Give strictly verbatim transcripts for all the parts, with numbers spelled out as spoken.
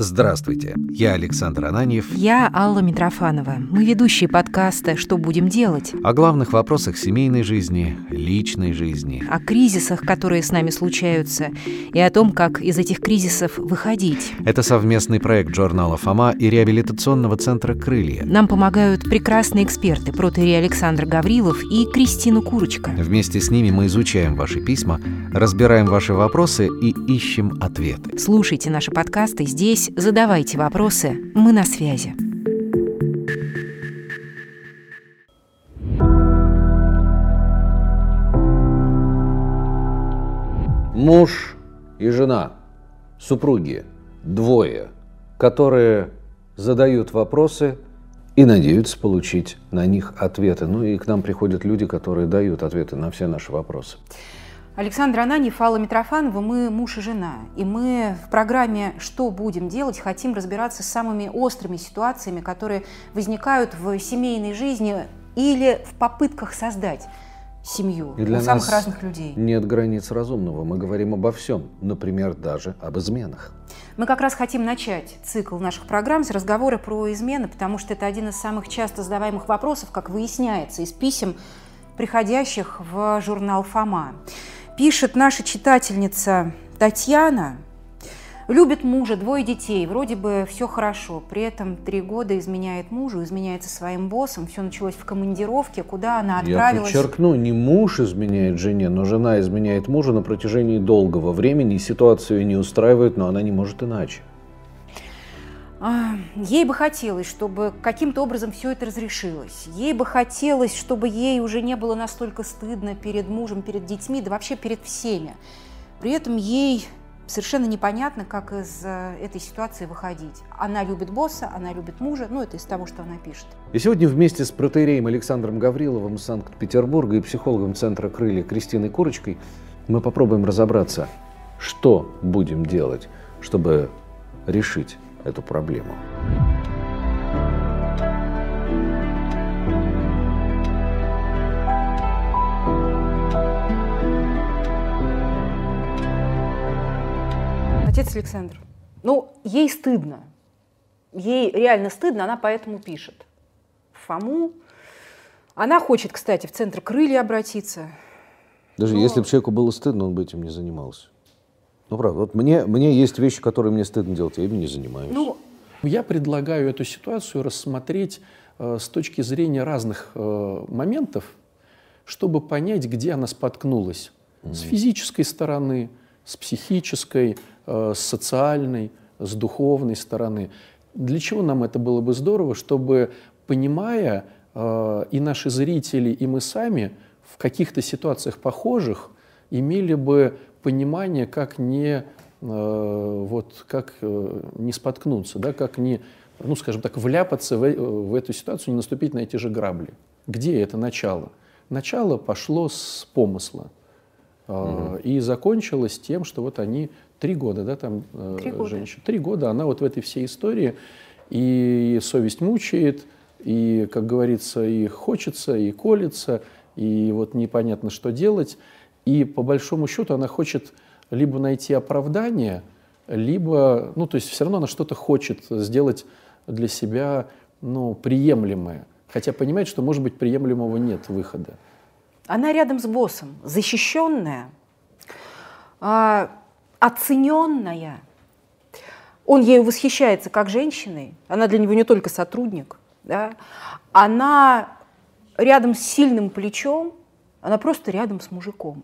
Здравствуйте, я Александр Ананьев. Я Алла Митрофанова. Мы ведущие подкаста «Что будем делать?». О главных вопросах семейной жизни, личной жизни. О кризисах, которые с нами случаются, и о том, как из этих кризисов выходить. Это совместный проект журнала «Фома» и реабилитационного центра «Крылья». Нам помогают прекрасные эксперты протоиерей Александр Гаврилов и Кристина Курочка. Вместе с ними мы изучаем ваши письма, разбираем ваши вопросы и ищем ответы. Слушайте наши подкасты здесь, задавайте вопросы, мы на связи. Муж и жена, супруги, двое, которые задают вопросы и надеются получить на них ответы. Ну и к нам приходят люди, которые дают ответы на все наши вопросы. Александр Ананьев, Алла Митрофанова, мы муж и жена. И мы в программе «Что будем делать?» хотим разбираться с самыми острыми ситуациями, которые возникают в семейной жизни или в попытках создать семью И для у самых нас разных людей. Нет границ разумного. Мы говорим обо всем, например, даже об изменах. Мы как раз хотим начать цикл наших программ с разговора про измены, потому что это один из самых часто задаваемых вопросов, как выясняется из писем, приходящих в журнал «Фома». Пишет наша читательница Татьяна. Любит мужа, двое детей, вроде бы все хорошо. При этом три года изменяет мужу, изменяется своим боссом. Все началось в командировке, куда она отправилась. Я подчеркну, не муж изменяет жене, но жена изменяет мужу на протяжении долгого времени. Ситуацию ее не устраивает, но она не может иначе. Ей бы хотелось, чтобы каким-то образом все это разрешилось. Ей бы хотелось, чтобы ей уже не было настолько стыдно перед мужем, перед детьми, да вообще перед всеми. При этом ей совершенно непонятно, как из этой ситуации выходить. Она любит босса, она любит мужа, ну это из того, что она пишет. И сегодня вместе с протоиереем Александром Гавриловым из Санкт-Петербурга и психологом Центра «Крылья» Кристиной Курочкой мы попробуем разобраться, что будем делать, чтобы решить эту проблему. Отец Александр, ну, ей стыдно. Ей реально стыдно, она поэтому пишет в Фому. Она хочет, кстати, в Центр «Крылья» обратиться. Даже но... если бы человеку было стыдно, он бы этим не занимался. Ну, правда, вот мне, мне есть вещи, которые мне стыдно делать, я ими не занимаюсь. Ну, я предлагаю эту ситуацию рассмотреть э, с точки зрения разных э, моментов, чтобы понять, где она споткнулась. Mm-hmm. С физической стороны, с психической, э, с социальной, с духовной стороны. Для чего нам это было бы здорово, чтобы, понимая, э, и наши зрители, и мы сами в каких-то ситуациях похожих имели бы понимание, как не, э, вот, как, э, не споткнуться, да, как не, ну, скажем так, вляпаться в, в эту ситуацию, не наступить на эти же грабли. Где это начало? Начало пошло с помысла э, mm-hmm. и закончилось тем, что вот они три года, да, там э, три года. женщина, три года, она вот в этой всей истории, и совесть мучает, и, как говорится, и хочется, и колется, и вот непонятно, что делать. И по большому счету она хочет либо найти оправдание, либо, ну, то есть все равно она что-то хочет сделать для себя, ну, приемлемое. Хотя понимает, что, может быть, приемлемого нет выхода. Она рядом с боссом, защищенная, э, оцененная. Он ею восхищается как женщиной. Она для него не только сотрудник. Да? Она рядом с сильным плечом, она просто рядом с мужиком.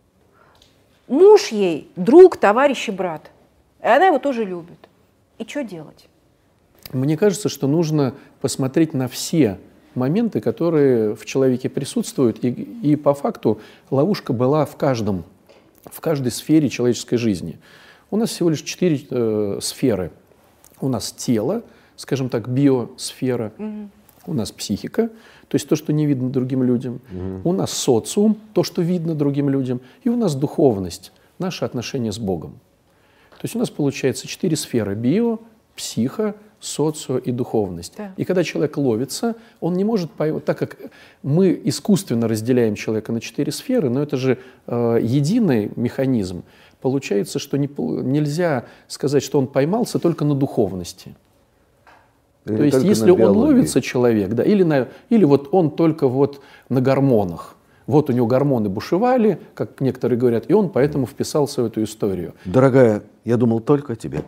Муж ей друг, товарищ и брат. И она его тоже любит. И что делать? Мне кажется, что нужно посмотреть на все моменты, которые в человеке присутствуют. И, и по факту ловушка была в каждом, в каждой сфере человеческой жизни. У нас всего лишь четыре э, сферы. У нас тело, скажем так, биосфера. Mm-hmm. У нас психика, то есть то, что не видно другим людям. Угу. У нас социум, то, что видно другим людям. И у нас духовность, наши отношения с Богом. То есть у нас получается четыре сферы: био, психо, социо и духовность. Да. И когда человек ловится, он не может, так как мы искусственно разделяем человека на четыре сферы, но это же э, единый механизм, получается, что не, нельзя сказать, что он поймался только на духовности. Или То есть, если он ловится, человек, да, или, на, или вот он только вот на гормонах. Вот у него гормоны бушевали, как некоторые говорят, и он поэтому вписался в эту историю. Дорогая, я думал только о тебе.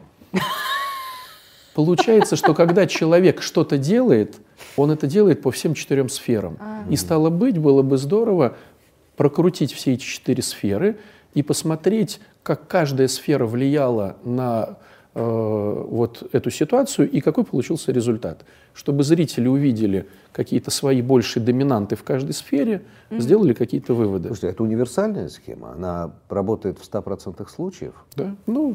Получается, что когда человек что-то делает, он это делает по всем четырем сферам. И стало быть, было бы здорово прокрутить все эти четыре сферы и посмотреть, как каждая сфера влияла на э, вот эту ситуацию и какой получился результат. Чтобы зрители увидели какие-то свои большие доминанты в каждой сфере, mm-hmm. сделали какие-то выводы. Слушайте, это универсальная схема? Она работает в ста процентах случаев? Да, ну...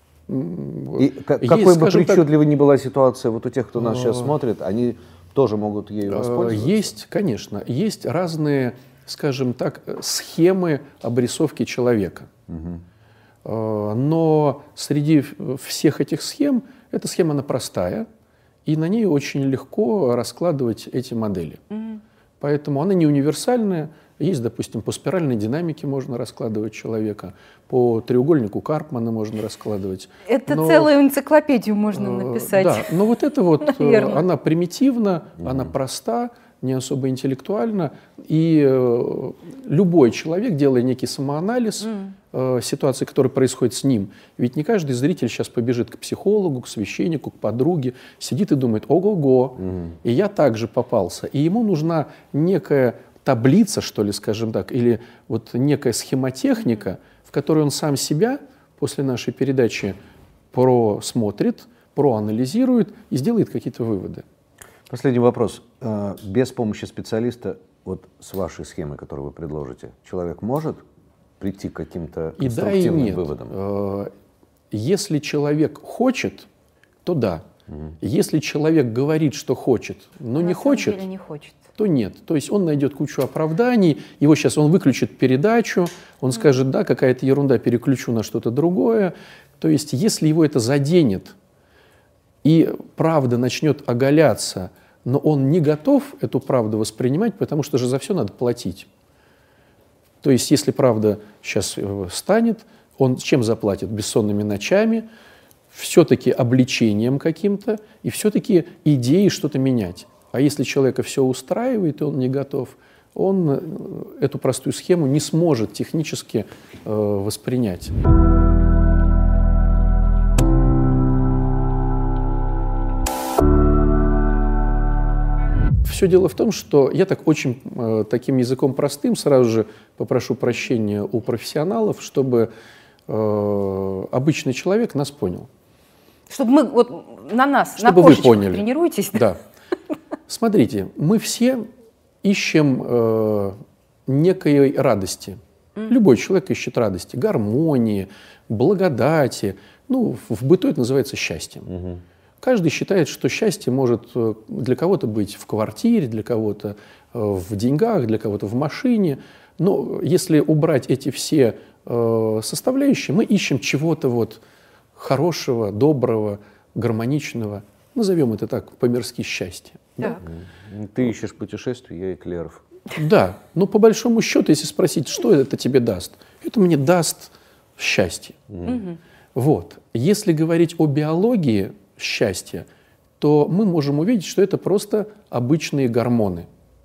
И как, есть, какой бы причудливой ни была ситуация вот у тех, кто нас сейчас смотрит, они тоже могут ею воспользоваться? Есть, конечно. Есть разные, скажем так, схемы обрисовки человека. Угу. Но среди всех этих схем, эта схема, она простая, и на ней очень легко раскладывать эти модели. Угу. Поэтому она не универсальная. Есть, допустим, по спиральной динамике можно раскладывать человека, по треугольнику Карпмана можно раскладывать. Это но, целую энциклопедию можно написать. Да, но вот это вот, Наверное. Она примитивна, mm-hmm. она проста, не особо интеллектуальна, и э, любой человек, делая некий самоанализ mm-hmm. э, ситуации, которая происходит с ним, ведь не каждый зритель сейчас побежит к психологу, к священнику, к подруге, сидит и думает: ого-го, mm-hmm. и я также попался. И ему нужна некая таблица, что ли, скажем так, или вот некая схемотехника, в которой он сам себя после нашей передачи просмотрит, проанализирует и сделает какие-то выводы. Последний вопрос. Без помощи специалиста, вот с вашей схемой, которую вы предложите, человек может прийти к каким-то конструктивным и да, и нет. выводам? Если человек хочет, то да. Угу. Если человек говорит, что хочет, но На не самом хочет, деле не хочет, то нет. То есть он найдет кучу оправданий, его сейчас он выключит передачу, он mm. скажет: да, какая-то ерунда, переключу на что-то другое. То есть если его это заденет, и правда начнет оголяться, но он не готов эту правду воспринимать, потому что же за все надо платить. То есть если правда сейчас станет, он чем заплатит? Бессонными ночами, все-таки обличением каким-то, и все-таки идеей что-то менять. А если человека все устраивает, и он не готов, он эту простую схему не сможет технически э, воспринять. Все дело в том, что я так очень э, таким языком простым сразу же попрошу прощения у профессионалов, чтобы э, обычный человек нас понял. Чтобы мы вот на нас, чтобы на вы поняли. Тренируйтесь. Да. Смотрите, мы все ищем э, некой радости. Mm. Любой человек ищет радости, гармонии, благодати. Ну, в быту это называется счастьем. Mm-hmm. Каждый считает, что счастье может для кого-то быть в квартире, для кого-то в деньгах, для кого-то в машине. Но если убрать эти все э, составляющие, мы ищем чего-то вот хорошего, доброго, гармоничного. Назовем это так, по-мирски счастье. Да? Ты ищешь путешествий, я эклеров. Да, но по большому счету, если спросить, что это тебе даст, это мне даст счастье. Mm. Вот. Если говорить о биологии счастья, то мы можем увидеть, что это просто обычные гормоны.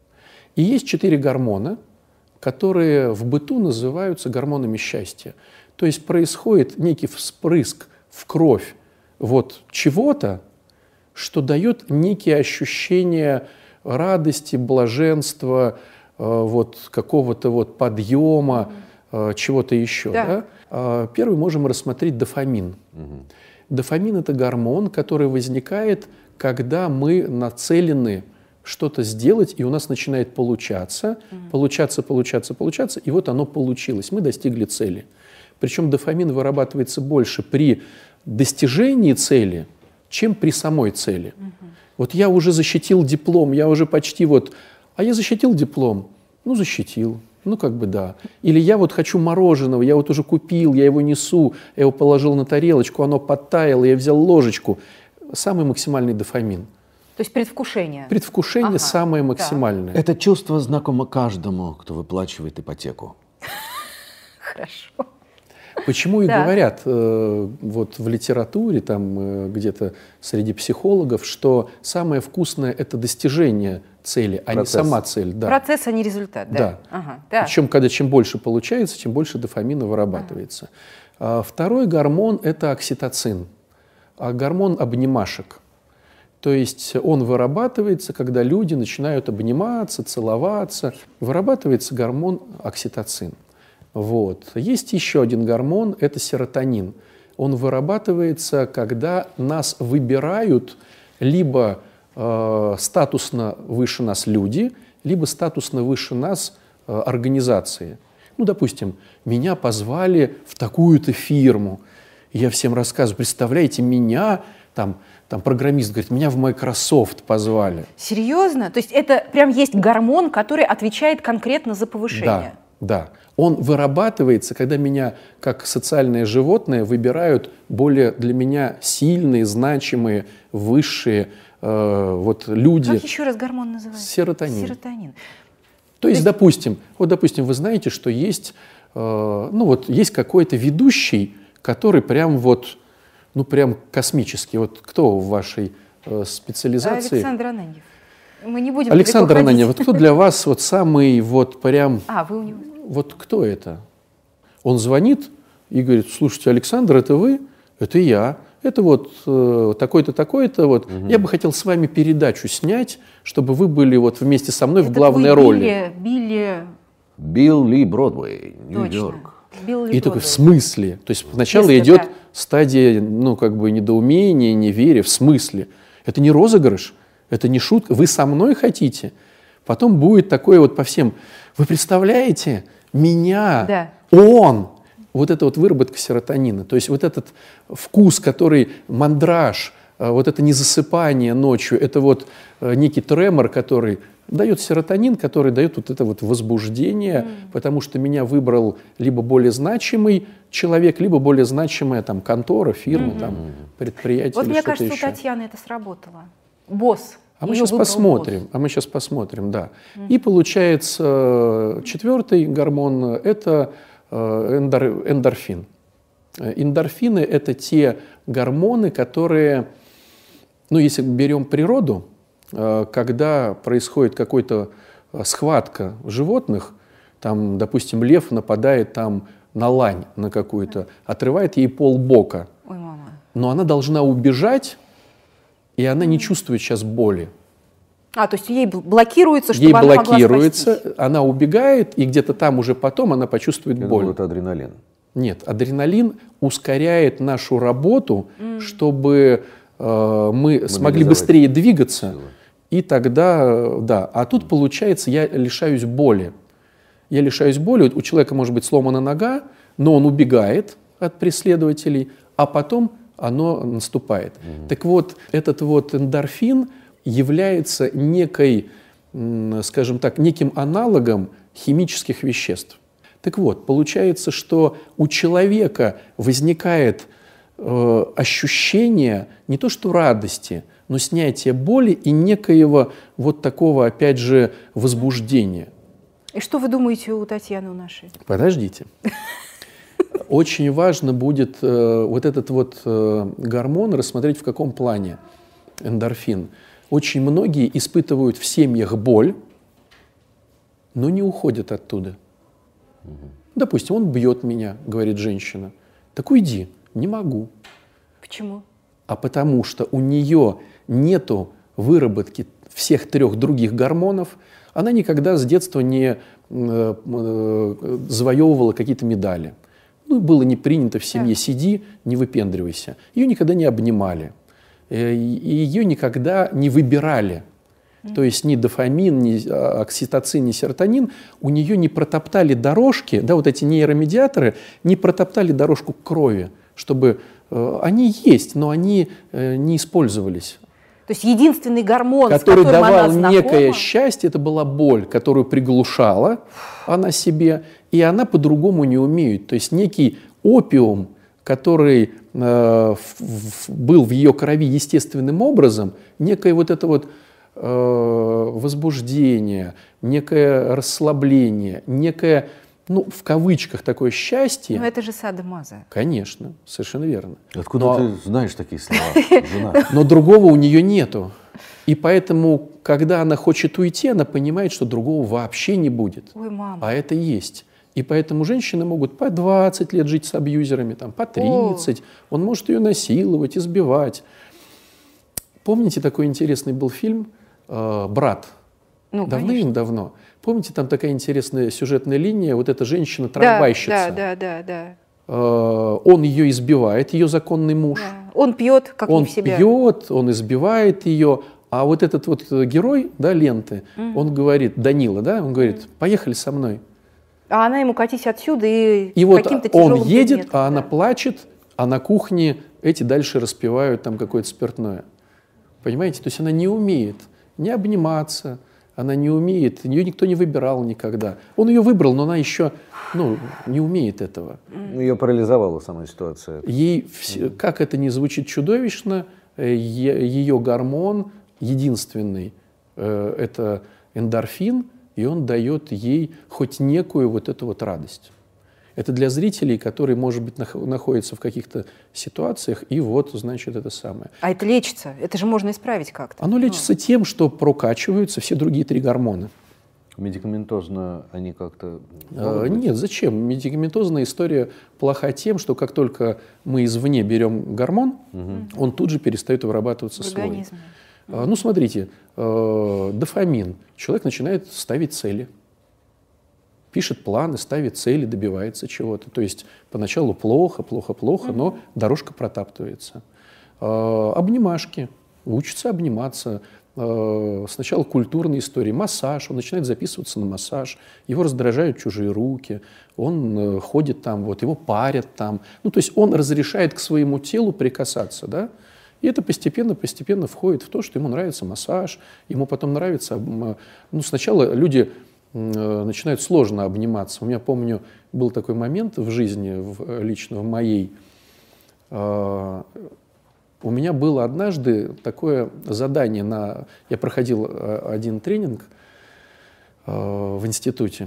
И есть четыре гормона, которые в быту называются гормонами счастья. То есть происходит некий вспрыск в кровь вот чего-то, что дает некие ощущения радости, блаженства, э, вот какого-то вот подъема, э, чего-то еще. Да. Да? Э, первый можем рассмотреть дофамин. Угу. Дофамин – это гормон, который возникает, когда мы нацелены что-то сделать, и у нас начинает получаться, угу. получаться, получаться, получаться, и вот оно получилось, мы достигли цели. Причем дофамин вырабатывается больше при достижении цели, чем при самой цели. Угу. Вот я уже защитил диплом, я уже почти вот... А я защитил диплом? Ну, защитил. Ну, как бы да. Или я вот хочу мороженого, я вот уже купил, я его несу, я его положил на тарелочку, оно подтаяло, я взял ложечку. Самый максимальный дофамин. То есть предвкушение. Предвкушение ага. самое максимальное. Это чувство знакомо каждому, кто выплачивает ипотеку. Хорошо. Почему и Да. говорят э, вот в литературе, там э, где-то среди психологов, что самое вкусное – это достижение цели, а Процесс. не сама цель. Да. Процесс, а не результат, да? Да. Ага, да. Причем, когда чем больше получается, тем больше дофамина вырабатывается. А второй гормон – это окситоцин, а гормон обнимашек. То есть он вырабатывается, когда люди начинают обниматься, целоваться. Вырабатывается гормон окситоцин. Вот. Есть еще один гормон – это серотонин. Он вырабатывается, когда нас выбирают либо э, статусно выше нас люди, либо статусно выше нас э, организации. Ну, допустим, меня позвали в такую-то фирму. И я всем рассказываю, представляете, меня, там, там программист говорит, меня в Microsoft позвали. Серьезно? То есть это прям есть гормон, который отвечает конкретно за повышение? Да, да. Он вырабатывается, когда меня, как социальное животное, выбирают более для меня сильные, значимые, высшие э, вот люди. Как еще раз гормон называется? Серотонин. Серотонин. То есть, допустим, вот, допустим, вы знаете, что есть, э, ну вот, есть какой-то ведущий, который прям вот, ну прям космический. Вот кто в вашей э, специализации? Александр Ананьев. Мы не будем Александр далеко Ананьев, ходить. вот кто для вас вот самый вот прям, А, вы у него... вот кто это? Он звонит и говорит, слушайте, Александр, это вы? Это я. Это вот э, такой-то, такой-то. Вот. Угу. Я бы хотел с вами передачу снять, чтобы вы были вот вместе со мной Это в главной твой роли. Билли, Билли... Билл Ли Бродвей, Точно. Нью-Йорк. Билли И такой, Бродвей. в смысле? То есть сначала Если идет да. стадия, ну, как бы недоумения, неверия, в смысле. Это не розыгрыш, это не шутка. Вы со мной хотите? Потом будет такое вот по всем. Вы представляете, меня, Да. он, вот это вот выработка серотонина. То есть вот этот вкус, который мандраж, э, вот это незасыпание ночью, это вот э, некий тремор, который дает серотонин, который дает вот это вот возбуждение, mm. потому что меня выбрал либо более значимый человек, либо более значимая там контора, фирма, mm-hmm. там, предприятие Вот или мне что-то кажется, еще. у Татьяны это сработало. Босс. А мы Её сейчас выбрал посмотрим, босс. а мы сейчас посмотрим, да. Mm. И получается четвертый гормон – это э, эндор, эндорфин. Эндорфины – это те гормоны, которые, ну, если берем природу, э, когда происходит какая-то схватка животных, там, допустим, лев нападает там на лань на какую-то, отрывает ей полбока, Ой, мама. но она должна убежать, и она не чувствует сейчас боли. А, то есть ей бл- блокируется, чтобы Ей она могла блокируется, спастись. она убегает, и где-то там уже потом она почувствует Я боль. думаю, это адреналин. Нет, адреналин ускоряет нашу работу, чтобы э, мы смогли быстрее двигаться, силы. и тогда, э, да. А тут получается, я лишаюсь боли. Я лишаюсь боли, вот у человека может быть сломана нога, но он убегает от преследователей, а потом оно наступает. Mm-hmm. Так вот, этот вот эндорфин является некой, скажем так, неким аналогом химических веществ. Так вот, получается, что у человека возникает э, ощущение не то что радости, но снятия боли и некоего вот такого, опять же, возбуждения. И что вы думаете у Татьяны у нашей? Подождите. Очень важно будет э, вот этот вот э, гормон рассмотреть в каком плане, эндорфин. Очень многие испытывают в семьях боль, но не уходят оттуда. Угу. Допустим, он бьет меня, говорит женщина. Так уйди, не могу. Почему? А потому что у нее нету выработки всех трех других гормонов, она никогда с детства не э, э, завоевывала какие-то медали. Ну, было не принято в семье, Да. сиди, не выпендривайся. Ее никогда не обнимали, э, и ее никогда не выбирали. Mm. То есть ни дофамин, ни окситоцин, ни серотонин у нее не протоптали дорожки, да, вот эти нейромедиаторы не протоптали дорожку к крови, чтобы э, они есть, но они э, не использовались. То есть единственный гормон, Который с которым давал она знакома, некое счастье, это была боль, которую приглушала она себе, и она по-другому не умеет. То есть некий опиум, который э, в, в, был в ее крови естественным образом, некое вот это вот э, возбуждение, некое расслабление, некое ну, в кавычках, такое счастье. Но это же садо-мазо. Конечно, совершенно верно. Откуда Но- ты знаешь такие слова, жена? Но другого у нее нету. И поэтому, когда она хочет уйти, она понимает, что другого вообще не будет. Ой, мама. А это есть. И поэтому женщины могут по двадцать лет жить с абьюзерами, там, по тридцать. Он может ее насиловать, избивать. Помните, такой интересный был фильм э, «Брат»? Ну, конечно. Давным-давно. Помните, там такая интересная сюжетная линия, вот эта женщина-трамвайщица. Да, да, да, да. Э, он ее избивает, ее законный муж. Да. Он пьет, как Он не в себя. пьет, он избивает ее. А вот этот вот герой, да, ленты, он говорит, Данила, да, он говорит, поехали со мной. А она ему катись отсюда и, И вот каким-то он тяжелым едет, предметом, а она да. плачет, а на кухне эти дальше распивают там какое-то спиртное. Понимаете? То есть она не умеет не обниматься, она не умеет, ее никто не выбирал никогда. Он ее выбрал, но она еще ну, не умеет этого. Ее парализовала сама ситуация. Ей, вс- как это ни звучит чудовищно, э, е- ее гормон единственный э, – это эндорфин, и он дает ей хоть некую вот эту вот радость. Это для зрителей, которые, может быть, нах- находятся в каких-то ситуациях, и вот, значит, это самое. А это лечится, это же можно исправить как-то. Оно лечится тем, что прокачиваются все другие три гормона. Медикаментозно они как-то... Э, Нет, зачем? Медикаментозная история плоха тем, что как только мы извне берем гормон, он тут же перестает вырабатываться В свой. организме. А, Ну, смотрите, э, дофамин. Человек начинает ставить цели. Пишет планы, ставит цели, добивается чего-то. То есть поначалу плохо, плохо, плохо, но дорожка протаптывается. Э, Обнимашки. Учится обниматься. Э, Сначала культурные истории. Массаж. Он начинает записываться на массаж. Его раздражают чужие руки. Он э, ходит там, вот, его парят там. Ну, то есть он разрешает к своему телу прикасаться, да? И это постепенно-постепенно входит в то, что ему нравится массаж, ему потом нравится... м, Ну, сначала люди м, начинают сложно обниматься. У меня, помню, был такой момент в жизни, в, лично в моей. э, У меня было однажды такое задание на... Я проходил э, один тренинг э, в институте,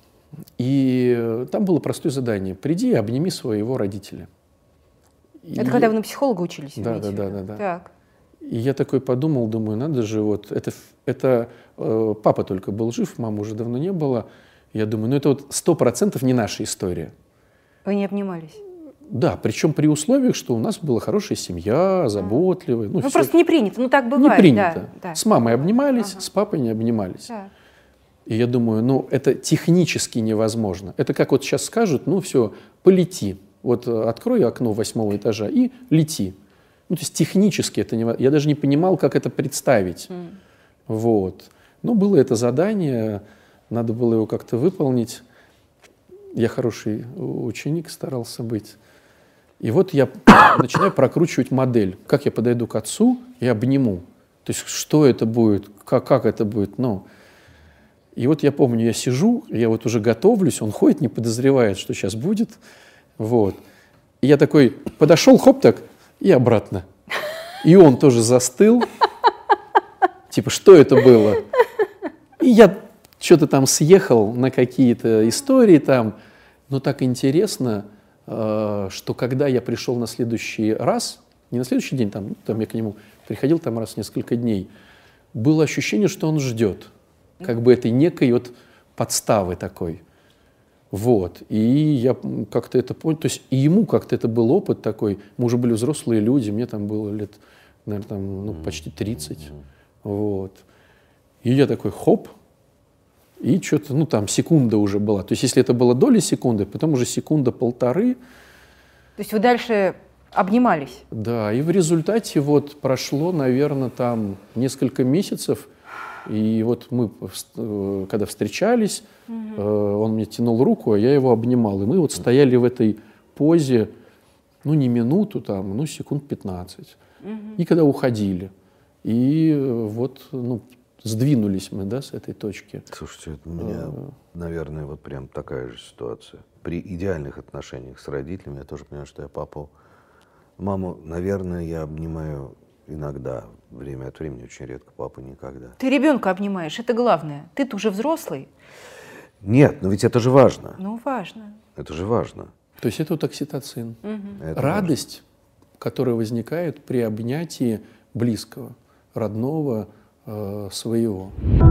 и там было простое задание. Приди и обними своего родителя. Это И- когда вы на психолога учились? Да, имеете да, в да, виду? да, да. Так. И я такой подумал, думаю, надо же, вот это, ф- это э, папа только был жив, мамы уже давно не было. Я думаю, ну это вот сто процентов не наша история. Вы не обнимались? Да, причем при условиях, что у нас была хорошая семья, заботливая. Ну, Ну, всё просто не принято, ну так не бывает. принято. Да, да. С мамой обнимались, Ага. с папой не обнимались. Да. И я думаю, ну это технически невозможно. Это как вот сейчас скажут, ну все, полети. Вот э, открой окно восьмого этажа и лети. Ну, то есть технически это невозможно. Я даже не понимал, как это представить. Вот. Но было это задание, надо было его как-то выполнить. Я хороший ученик старался быть. И вот я начинаю прокручивать модель. Как я подойду к отцу и обниму. То есть что это будет, как, как это будет. Ну. И вот я помню, я сижу, я вот уже готовлюсь, он ходит, не подозревает, что сейчас будет. Вот. И я такой подошел, хоп так, и обратно. И он тоже застыл. Типа, что это было? И я что-то там съехал на какие-то истории там. Но так интересно, э, что когда я пришел на следующий раз, не на следующий день, там, там я к нему приходил там раз в несколько дней, было ощущение, что он ждет. Как бы этой некой вот подставы такой. Вот. И я как-то это понял. То есть и ему как-то это был опыт такой. Мы уже были взрослые люди, мне там было лет, наверное, там, ну, почти тридцать. Вот. И я такой, хоп, и что-то, ну, там секунда уже была. То есть если это было доля секунды, потом уже секунда-полторы. То есть вы дальше обнимались? Да, и в результате вот прошло, наверное, там несколько месяцев. И вот мы, э, когда встречались, э, он мне тянул руку, а я его обнимал. И мы вот стояли в этой позе, ну, не минуту, там, ну, секунд пятнадцать. И когда уходили. И э, вот, ну, сдвинулись мы, да, с этой точки. Слушайте, это у меня, наверное, вот прям такая же ситуация. При идеальных отношениях с родителями я тоже понимаю, что я папу, маму, наверное, я обнимаю иногда, время от времени, очень редко, папу никогда. Ты ребенка обнимаешь, это главное. Ты-то уже взрослый. Нет, но ведь это же важно. Ну, важно. Это же важно. То есть это вот окситоцин. Угу. Это Радость, которая возникает при обнятии близкого, родного, э, своего.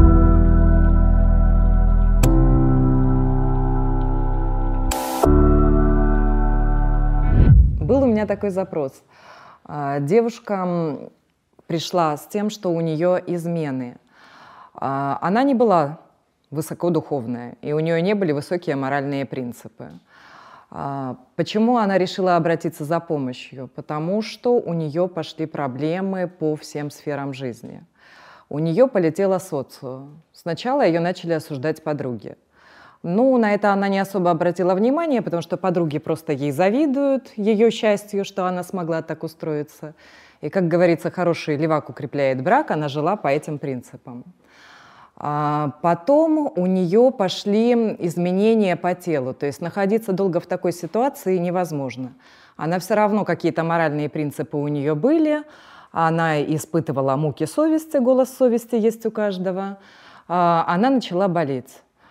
Был у меня такой запрос. А, Девушка пришла с тем, что у нее измены. А, Она не была высокодуховная, и у нее не были высокие моральные принципы. А, Почему она решила обратиться за помощью? Потому что у нее пошли проблемы по всем сферам жизни. У нее полетело социо. Сначала ее начали осуждать подруги. Ну, на это она не особо обратила внимание, потому что подруги просто ей завидуют, ее счастью, что она смогла так устроиться. И, как говорится, хороший левак укрепляет брак, она жила по этим принципам. А потом у нее пошли изменения по телу, то есть находиться долго в такой ситуации невозможно. Она все равно, какие-то моральные принципы у нее были, она испытывала муки совести, голос совести есть у каждого, она начала болеть.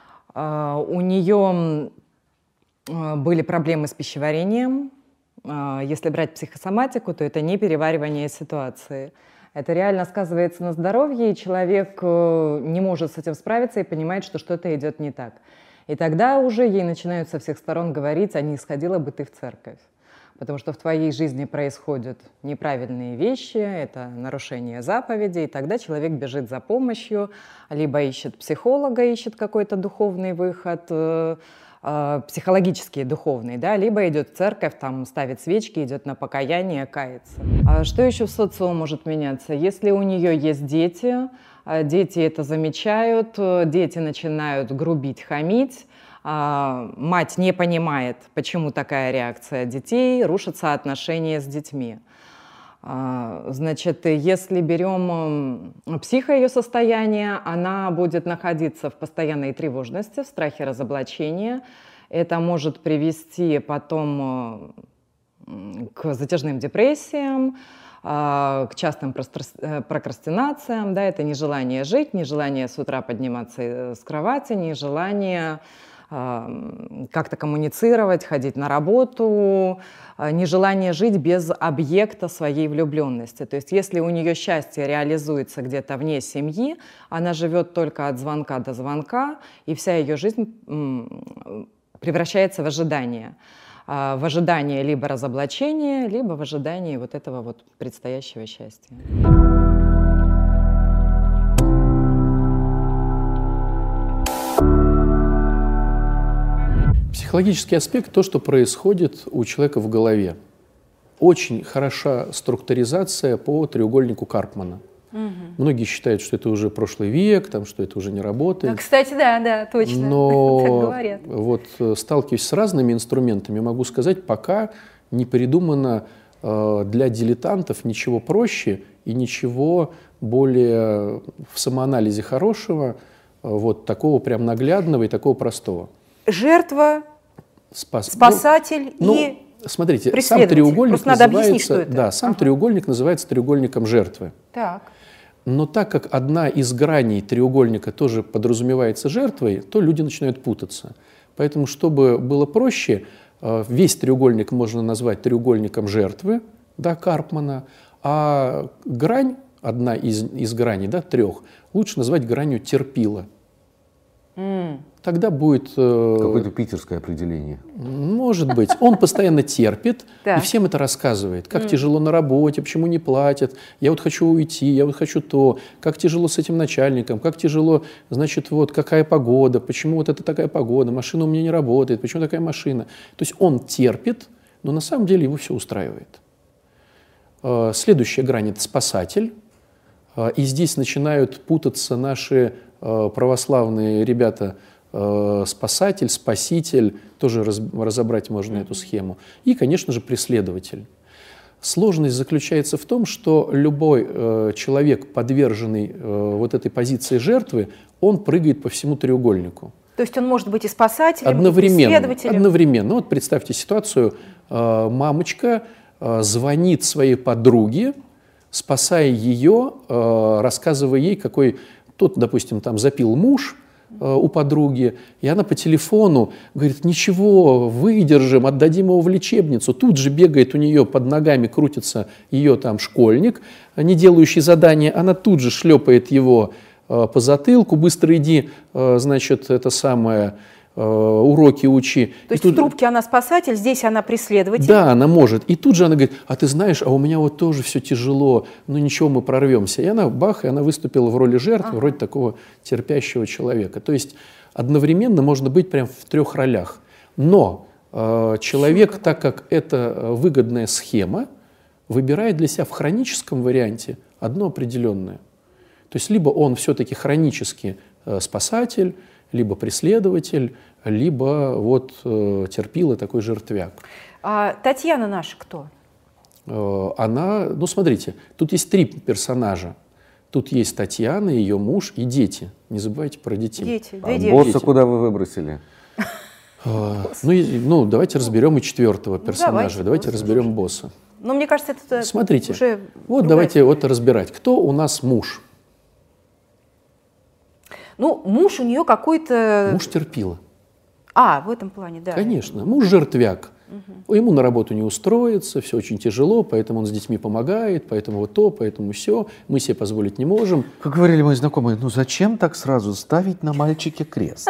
У нее были проблемы с пищеварением. Если брать психосоматику, то это не переваривание ситуации. Это реально сказывается на здоровье, и человек не может с этим справиться и понимает, что что-то идет не так. И тогда уже ей начинают со всех сторон говорить, а не сходила бы ты в церковь. Потому что в твоей жизни происходят неправильные вещи, это нарушение заповедей, и тогда человек бежит за помощью, либо ищет психолога, ищет какой-то духовный выход, э, э, психологический духовный, да, либо идет в церковь, там ставит свечки, идет на покаяние, кается. А что еще в социуме может меняться? Если у нее есть дети, дети это замечают, дети начинают грубить, хамить, мать не понимает, почему такая реакция детей, рушатся отношения с детьми. Значит, если берем психо ее состояние, она будет находиться в постоянной тревожности, в страхе разоблачения. Это может привести потом к затяжным депрессиям, к частым прокрастинациям. Да, это нежелание жить, нежелание с утра подниматься с кровати, нежелание как-то коммуницировать, ходить на работу, нежелание жить без объекта своей влюбленности. То есть если у нее счастье реализуется где-то вне семьи, она живет только от звонка до звонка, и вся ее жизнь превращается в ожидание. В ожидании либо разоблачения, либо в ожидании вот этого вот предстоящего счастья. Психологический аспект – то, что происходит у человека в голове. Очень хороша структуризация по треугольнику Карпмана. Угу. Многие считают, что это уже прошлый век, там, что это уже не работает. Ну, кстати, да, да, точно. Но так говорят. Вот, сталкиваясь с разными инструментами, могу сказать, пока не придумано э, для дилетантов ничего проще и ничего более в самоанализе хорошего, э, вот такого прям наглядного и такого простого. Жертва, Спас... спасатель ну, и ну, смотрите, сам преследователь. треугольник Просто надо называется, объяснить, что это. Да, сам ага. треугольник называется треугольником жертвы. Так. Но так как одна из граней треугольника тоже подразумевается жертвой, то люди начинают путаться. Поэтому, чтобы было проще, весь треугольник можно назвать треугольником жертвы, да, Карпмана, а грань, одна из, из граней, да, трех, лучше назвать гранью терпила. Mm. Тогда будет... Э, Какое-то питерское определение. Может быть. Он постоянно терпит и всем это рассказывает. Как mm. тяжело на работе, почему не платят, я вот хочу уйти, я вот хочу то, как тяжело с этим начальником, как тяжело, значит, вот какая погода, почему вот это такая погода, машина у меня не работает, почему такая машина. То есть он терпит, но на самом деле его все устраивает. Э, следующая грань – это спасатель. Э, и здесь начинают путаться наши э, православные ребята – спасатель, спаситель, тоже раз, разобрать можно mm-hmm. эту схему. И, конечно же, преследователь. Сложность заключается в том, что любой э, человек, подверженный э, вот этой позиции жертвы, он прыгает по всему треугольнику. То есть он может быть и спасателем, одновременно, и преследователем? Одновременно. Вот представьте ситуацию, э, мамочка э, звонит своей подруге, спасая ее, э, рассказывая ей, какой тот, допустим, там запил муж, э, у подруги, и она по телефону говорит: ничего, выдержим, отдадим его в лечебницу. Тут же бегает у нее под ногами, крутится ее там школьник, не делающий задания, она тут же шлепает его э, по затылку: быстро иди, э, значит, это самое... уроки учи. То есть тут... в трубке она спасатель, здесь она преследователь? Да, она может. И тут же она говорит: а ты знаешь, а у меня вот тоже все тяжело, ну ничего, мы прорвемся. И она, бах, и она выступила в роли жертвы, ага. вроде такого терпящего человека. То есть одновременно можно быть прям в трех ролях. Но э, человек, так как это выгодная схема, выбирает для себя в хроническом варианте одно определенное. То есть либо он все-таки хронически э, спасатель, либо преследователь, либо вот э, терпила такой жертвяк. А Татьяна наша кто? Э, она, ну смотрите, тут есть три персонажа. Тут есть Татьяна, ее муж и дети. Не забывайте про детей. Дети, а две девочки. босса дети. куда вы выбросили? Э, ну, и, ну, давайте разберем и четвертого персонажа. давайте, давайте босса. разберем босса. Но мне кажется, это Смотрите, уже вот другая давайте история. вот разбирать. Кто у нас муж? Ну, муж у нее какой-то... Муж терпила. А, в этом плане, да. Конечно, муж жертвяк. Угу. Ему на работу не устроиться, все очень тяжело, поэтому он с детьми помогает, поэтому вот то, поэтому все. Мы себе позволить не можем. Как говорили мои знакомые, ну зачем так сразу ставить на мальчике крест?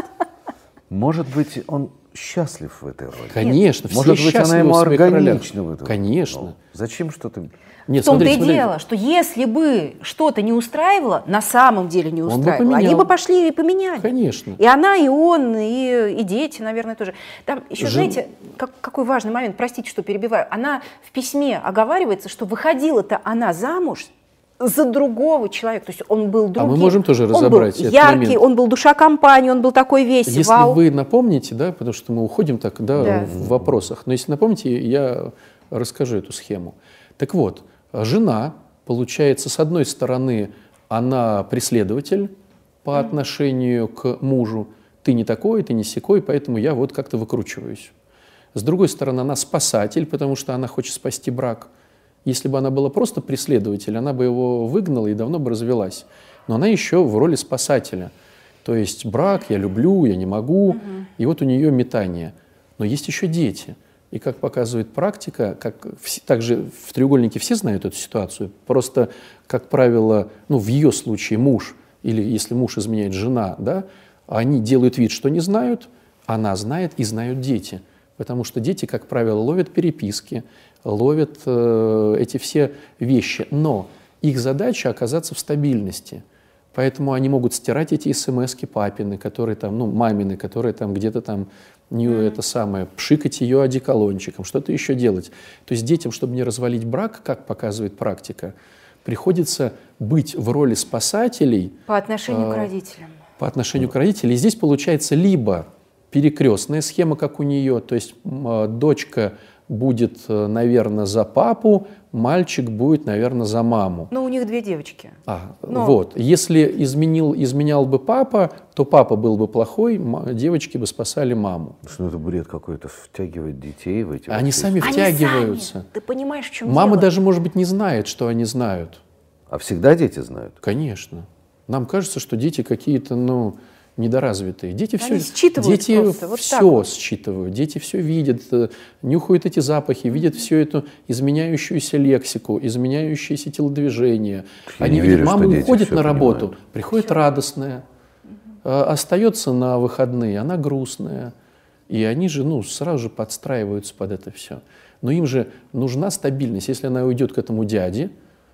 Может быть, он счастлив в этой роли? Конечно, все Может быть, она счастливы ему в своих ролях. органична в этом? Конечно. Ну, зачем что-то... Нет, В том-то смотрите, и смотрите. дело, что если бы что-то не устраивало, на самом деле не Он бы устраивало, они поменял. бы пошли и поменяли. Конечно. И она, и он, и, и дети, наверное, тоже. Там еще, Жен- знаете, как, какой важный момент, простите, что перебиваю. Она в письме оговаривается, что выходила-то она замуж за другого человека. То есть он был другим. А мы можем тоже Он разобрать был этот яркий, момент. он был душа компании, он был такой весь, Если вау. вы напомните, да, потому что мы уходим так, да, Да. в вопросах, но если напомните, я расскажу эту схему. Так вот, жена, получается, с одной стороны, она преследователь по отношению к мужу. Ты не такой, ты не сякой, поэтому я вот как-то выкручиваюсь. С другой стороны, она спасатель, потому что она хочет спасти брак. Если бы она была просто преследователь, она бы его выгнала и давно бы развелась. Но она еще в роли спасателя. То есть брак, я люблю, я не могу. Угу. И вот у нее метание. Но есть еще дети. И как показывает практика, как все, также в треугольнике все знают эту ситуацию. Просто, как правило, ну, в ее случае муж, или если муж изменяет жена, да, они делают вид, что не знают, она знает и знают дети. Потому что дети, как правило, ловят переписки, ловят э, эти все вещи. Но их задача оказаться в стабильности. Поэтому они могут стирать эти смс-ки папины, которые там, ну, мамины, которые там где-то там, не mm-hmm. это самое, пшикать ее одеколончиком, что-то еще делать. То есть детям, чтобы не развалить брак, как показывает практика, приходится быть в роли спасателей. По отношению э, к родителям. По отношению к родителям. И здесь получается либо перекрестная схема, как у нее, то есть э, дочка будет, э, наверное, за папу, мальчик будет, наверное, за маму. Ну, у них две девочки. А, Но... вот. Если изменил, изменял бы папа, то папа был бы плохой, девочки бы спасали маму. Что это бред какой-то, втягивать детей в эти... Они вот сами вещи. втягиваются. Сами. Ты понимаешь, в чем Мама дело? даже, может быть, не знает, что они знают. А всегда дети знают? Конечно. Нам кажется, что дети какие-то, ну, недоразвитые. Дети Они все, считывают дети просто, вот все так вот. считывают, дети все видят, э, нюхают эти запахи, видят всю эту изменяющуюся лексику, изменяющиеся телодвижения. Я Они не видят, верю, что мама дети уходит всё на работу, понимают. приходит радостная, э, остается на выходные, она грустная. И они же, ну, сразу же подстраиваются под это все. Но им же нужна стабильность. Если она уйдет к этому дяде,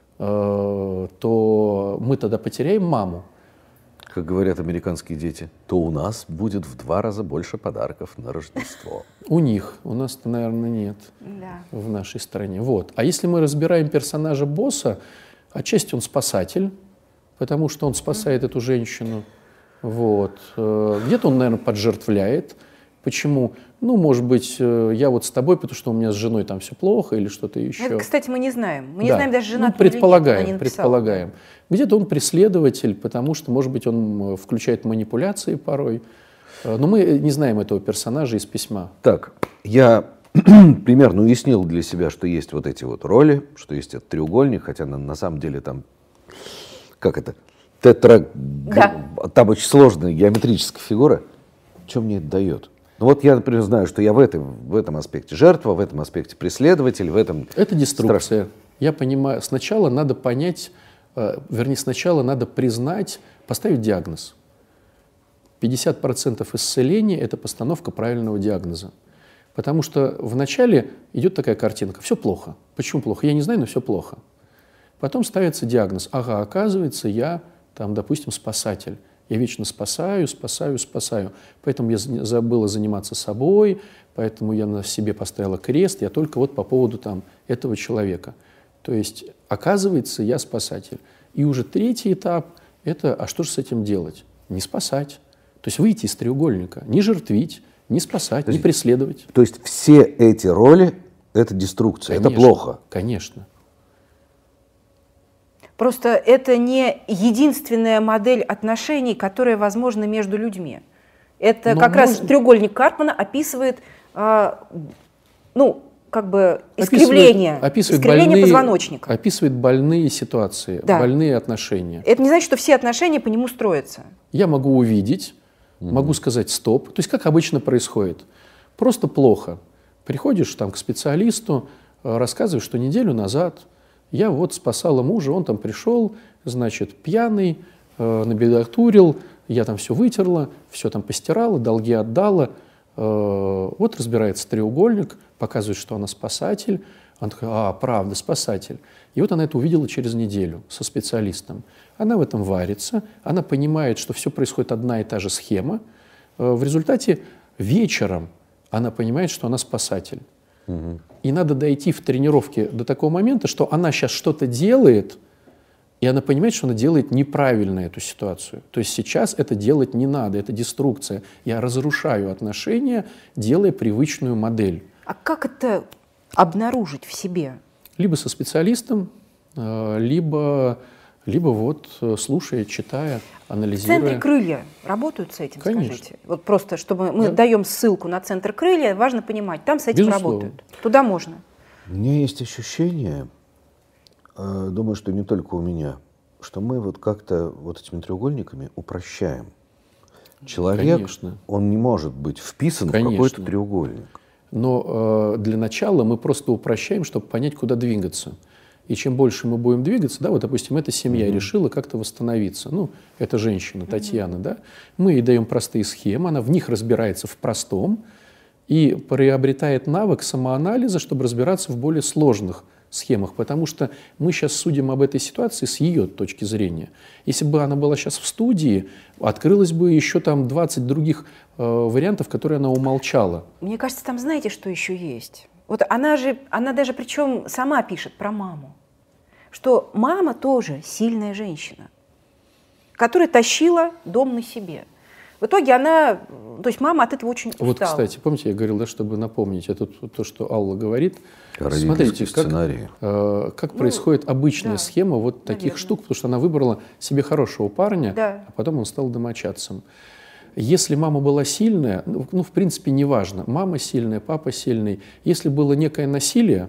э, то мы тогда потеряем маму. Как говорят американские дети, то у нас будет в два раза больше подарков на Рождество. У них, у нас-то, наверное, нет Да. в нашей стране. Вот. А если мы разбираем персонажа босса, отчасти он спасатель, потому что он спасает эту женщину. Вот. Э, Где-то он, наверное, поджертвляет. Почему? Ну, может быть, э, я вот с тобой, потому что у меня с женой там все плохо или что-то еще. Это, кстати, мы не знаем. Мы не Да. знаем даже жена. Ну, предполагаем, предполагаем. Где-то он преследователь, потому что, может быть, он включает манипуляции порой. Э, Но мы не знаем этого персонажа из письма. Так, я примерно уяснил для себя, что есть вот эти вот роли, что есть этот треугольник, хотя на, на самом деле там, как это, тетра... Да. Там очень сложная геометрическая фигура. Что мне это дает? Ну вот я, например, знаю, что я в этом, в этом аспекте жертва, в этом аспекте преследователь, в этом... Это деструкция. Страшно. Я понимаю, сначала надо понять, э, вернее, сначала надо признать, поставить диагноз. пятьдесят процентов исцеления – это постановка правильного диагноза. Потому что вначале идет такая картинка: все плохо. Почему плохо? Я не знаю, но все плохо. Потом ставится диагноз: ага, оказывается, я, там, допустим, спасатель. Я вечно спасаю, спасаю, спасаю. Поэтому я забыла заниматься собой, поэтому я на себе поставила крест, я только вот по поводу там, этого человека. То есть, оказывается, я спасатель. И уже третий этап – это, а что же с этим делать? Не спасать. То есть выйти из треугольника, не жертвить, не спасать, не преследовать. То есть все эти роли – это деструкция, Конечно, это плохо. Конечно. Просто это не единственная модель отношений, которая возможна между людьми. Это Но как раз можно- треугольник Карпмана описывает, а, ну, как бы искривление, Описывает, описывает искривление больные, позвоночника. Описывает больные ситуации, Да. больные отношения. Это не значит, что все отношения по нему строятся. Я могу увидеть, могу сказать стоп. То есть как обычно происходит? Просто плохо. Приходишь там к специалисту, э, рассказываешь, что неделю назад я вот спасала мужа, он там пришел, значит, пьяный, э, набедокурил, я там все вытерла, все там постирала, долги отдала. Э, вот разбирается треугольник, показывает, что она спасатель. Она такая: а, правда, спасатель. И вот она это увидела через неделю со специалистом. Она в этом варится, она понимает, что все происходит одна и та же схема. Э, В результате вечером она понимает, что она спасатель. И надо дойти в тренировке до такого момента, что она сейчас что-то делает, и она понимает, что она делает неправильно эту ситуацию. То есть сейчас это делать не надо, это деструкция. Я разрушаю отношения, делая привычную модель. А как это обнаружить в себе? Либо со специалистом, э, либо, либо вот э, слушая, читая, В анализируя. центре крылья работают с этим, Конечно. скажите? Вот просто, чтобы мы Да. даем ссылку на центр крылья, важно понимать, там с этим Безусловно. работают. Туда можно. У меня есть ощущение, э, думаю, что не только у меня, что мы вот как-то вот этими треугольниками упрощаем. Человек, Конечно. он не может быть вписан в Конечно. какой-то треугольник. Но э, для начала мы просто упрощаем, чтобы понять, куда двигаться. И чем больше мы будем двигаться, да, вот, допустим, эта семья Мгм. решила как-то восстановиться. Ну, это женщина, Татьяна, да. Мы ей даем простые схемы, она в них разбирается в простом и приобретает навык самоанализа, чтобы разбираться в более сложных схемах, потому что мы сейчас судим об этой ситуации с ее точки зрения. Если бы она была сейчас в студии, открылось бы еще там двадцать других э, вариантов, которые она умолчала. Мне кажется, там знаете, что еще есть? Вот она же, она даже причем сама пишет про маму, что мама тоже сильная женщина, которая тащила дом на себе. В итоге она, то есть мама от этого очень устала. Вот, кстати, помните, я говорил, да, чтобы напомнить, это то, то, что Алла говорит. Родительский Смотрите, как, сценарий. э, как Ну, происходит обычная да, схема вот таких наверное. штук, потому что она выбрала себе хорошего парня, Да. а потом он стал домочадцем. Если мама была сильная, ну, ну, в принципе, неважно, мама сильная, папа сильный, если было некое насилие,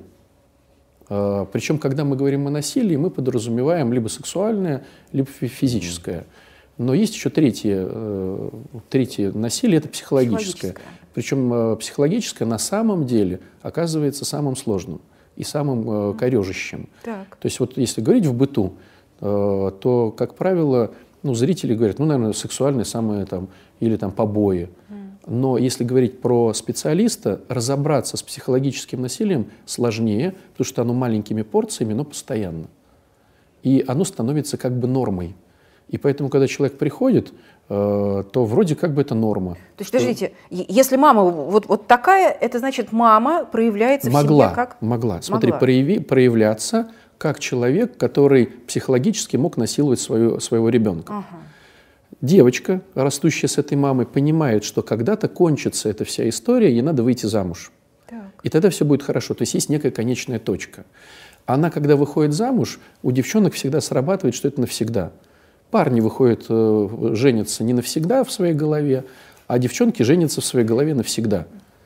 э, причем, когда мы говорим о насилии, мы подразумеваем либо сексуальное, либо фи- физическое. Но есть еще третье, э, третье насилие, это психологическое. Психологическое. Причем э, психологическое на самом деле оказывается самым сложным и самым э, корежащим. Так. То есть вот если говорить в быту, э, то, как правило, ну, зрители говорят, ну, наверное, сексуальное самое там, или там побои. Но если говорить про специалиста, разобраться с психологическим насилием сложнее, потому что оно маленькими порциями, но постоянно. И оно становится как бы нормой. И поэтому, когда человек приходит, э, то вроде как бы это норма. То есть, Что подождите, е- если мама вот, вот такая, это значит, мама проявляется в могла, семье как... могла. Смотри, Могла. прояви- проявляться как человек, который психологически мог насиловать свою, своего ребенка. Ага. Девочка, растущая с этой мамой, понимает, что когда-то кончится эта вся история, ей надо выйти замуж. Так. И тогда все будет хорошо. То есть есть некая конечная точка. Она, когда выходит замуж, у девчонок всегда срабатывает, что это навсегда. Парни выходят, э, женятся не навсегда в своей голове, а девчонки женятся в своей голове навсегда.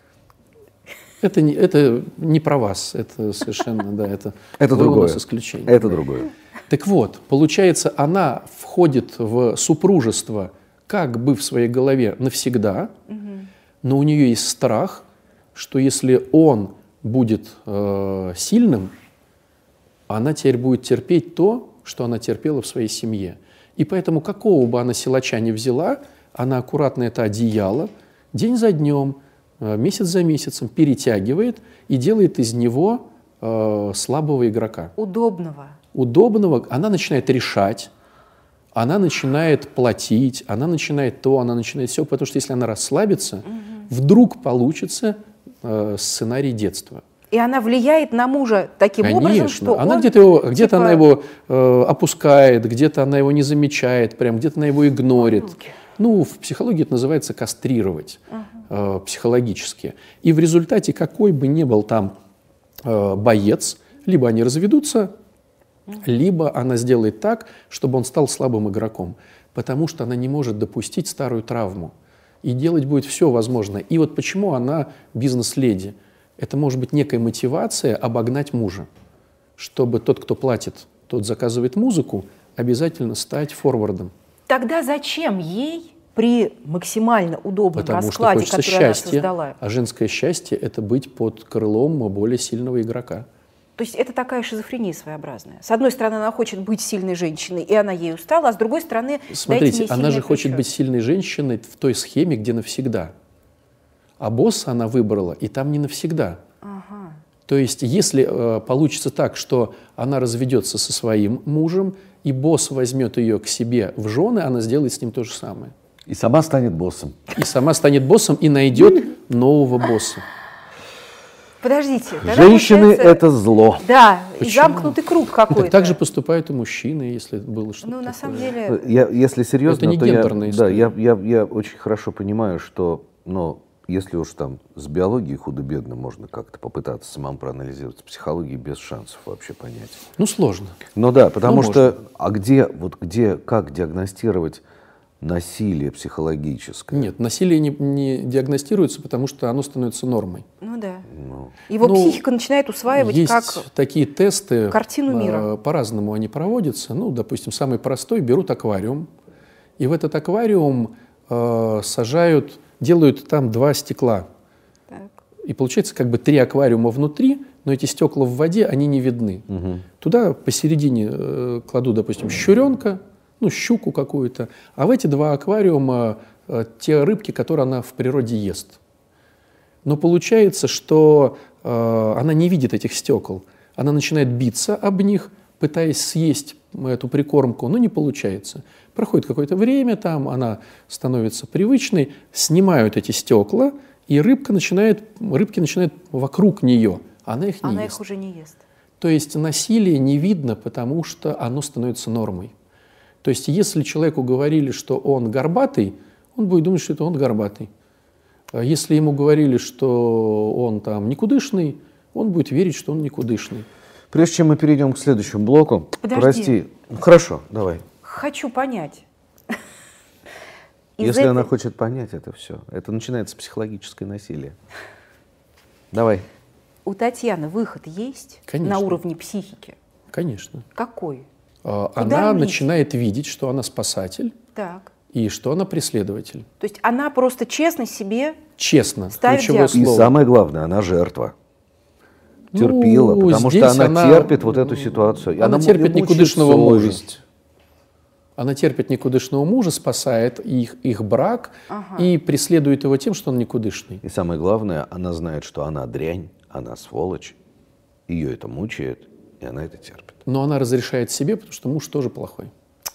Это не, это не про вас, это совершенно, да, это Это вы у другое. нас исключение. Это другое. Так вот, получается, она входит в супружество как бы в своей голове навсегда, угу. но у нее есть страх, что если он будет э, сильным, она теперь будет терпеть то, что она терпела в своей семье. И поэтому какого бы она силача ни взяла, она аккуратно это одеяло день за днем, э, месяц за месяцем перетягивает и делает из него э, слабого игрока. Удобного. Удобного. Она начинает решать, она начинает платить, она начинает то, она начинает все, потому что если она расслабится, угу. вдруг получится э, сценарий детства. И она влияет на мужа таким Конечно. образом, что она он, где-то его, где-то типа... она его э, опускает, где-то она его не замечает, прям где-то она его игнорит. Okay. Ну, в психологии это называется кастрировать uh-huh. э, психологически. И в результате, какой бы ни был там э, боец, либо они разведутся, uh-huh. либо она сделает так, чтобы он стал слабым игроком, потому что она не может допустить старую травму. И делать будет все возможное. И вот почему она бизнес-леди. Это может быть некая мотивация обогнать мужа, чтобы тот, кто платит, тот заказывает музыку, обязательно стать форвардом. Тогда зачем ей при максимально удобном Потому раскладе, что который счастье, она создала? А женское счастье – это быть под крылом более сильного игрока. То есть это такая шизофрения своеобразная. С одной стороны, она хочет быть сильной женщиной, и она ей устала, а с другой стороны, смотрите, дайте мне она же плечо. хочет быть сильной женщиной в той схеме, где навсегда. А босса она выбрала, и там не навсегда. Ага. То есть если э, получится так, что она разведется со своим мужем, и босс возьмет ее к себе в жены, она сделает с ним то же самое. И сама станет боссом. И сама станет боссом, и найдет нового босса. Подождите. Женщины – это зло. Да, Почему? И замкнутый круг какой-то. Так, так же поступают и мужчины, если было что-то Ну, на такое. самом деле… Я, если серьезно, это не то гендерная я, история. Да, я, я, я очень хорошо понимаю, что, ну, если уж там с биологией худо-бедно можно как-то попытаться самому проанализировать, с психологией без шансов вообще понять. Ну, сложно. Ну да, потому ну, что, можно. а где, вот где, как диагностировать насилие психологическое? Нет, насилие не, не диагностируется, потому что оно становится нормой. Ну да. Ну. Его ну, психика начинает усваивать есть как такие тесты, картину мира. Э, по-разному они проводятся. Ну, допустим, самый простой, берут аквариум, и в этот аквариум э, сажают, делают там два стекла. Так. И получается как бы три аквариума внутри, но эти стекла в воде, они не видны. Угу. Туда посередине э, кладу, допустим, щуренка, ну, щуку какую-то, а в эти два аквариума э, те рыбки, которые она в природе ест. Но получается, что э, она не видит этих стекол. Она начинает биться об них, пытаясь съесть эту прикормку, но не получается. Проходит какое-то время, там она становится привычной, снимают эти стекла, и рыбка начинает, рыбки начинают вокруг нее, она их не она ест. их уже не ест. То есть насилие не видно, потому что оно становится нормой. То есть если человеку говорили, что он горбатый, он будет думать, что это он горбатый. А если ему говорили, что он там никудышный, он будет верить, что он никудышный. Прежде чем мы перейдем к следующему блоку, Подожди. прости. Хорошо, давай. Хочу понять. Из Если этой... она хочет понять это все, это начинается психологическое насилие. Давай. У Татьяны выход есть? Конечно. На уровне психики? Конечно. Какой? А, Куда она вниз? начинает видеть, что она спасатель Так. и что она преследователь. То есть она просто честно себе Честно, ставит ключевое диагноз. И слово. самое главное, она жертва. Терпила, Ну, потому что здесь она, она- терпит вот эту ситуацию. И она му- терпит мучает никудышного мужа. совесть. Она терпит никудышного мужа, спасает их, их брак Ага. и преследует его тем, что он никудышный. И самое главное, она знает, что она дрянь, она сволочь, ее это мучает, и она это терпит. Но она разрешает себе, потому что муж тоже плохой.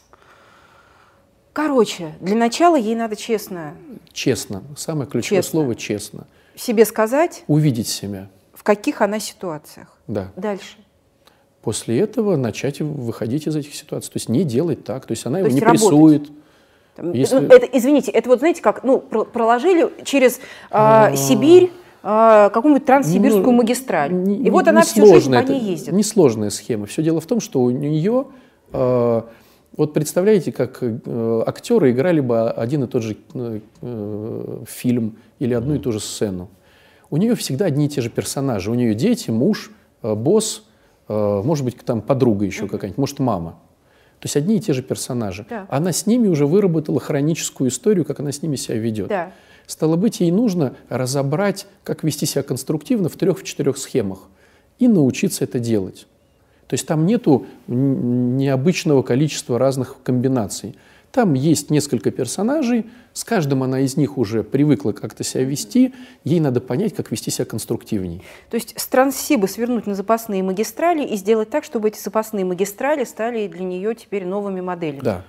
Короче, для начала ей надо честно Честно. Самое ключевое Честно. слово «честно». себе сказать, Увидеть себя. в каких она ситуациях. Да. Дальше. После этого начать выходить из этих ситуаций. То есть не делать так. То есть она То его есть не работать. прессует. Там, Если- ну, это, извините, это вот знаете, как ну, про- проложили через э, Сибирь э, какую-нибудь транссибирскую Ну, магистраль. не- И вот не- она не всю жизнь сложно по это, ней ездит. Несложная схема. Все дело в том, что у нее... э, вот представляете, как э, актеры играли бы один и тот же э, э, фильм или одну и ту же сцену. У нее всегда одни и те же персонажи. У нее дети, муж, э, босс, э, может быть, там подруга еще какая-нибудь, может, мама. То есть одни и те же персонажи. Да. Она с ними уже выработала хроническую историю, как она с ними себя ведет. Да. Стало быть, ей нужно разобрать, как вести себя конструктивно в трех-четырех схемах и научиться это делать. То есть там нету необычного количества разных комбинаций. Там есть несколько персонажей, с каждым она из них уже привыкла как-то себя вести, ей надо понять, как вести себя конструктивней. То есть с Транссиба свернуть на запасные магистрали и сделать так, чтобы эти запасные магистрали стали для нее теперь новыми моделями. Да.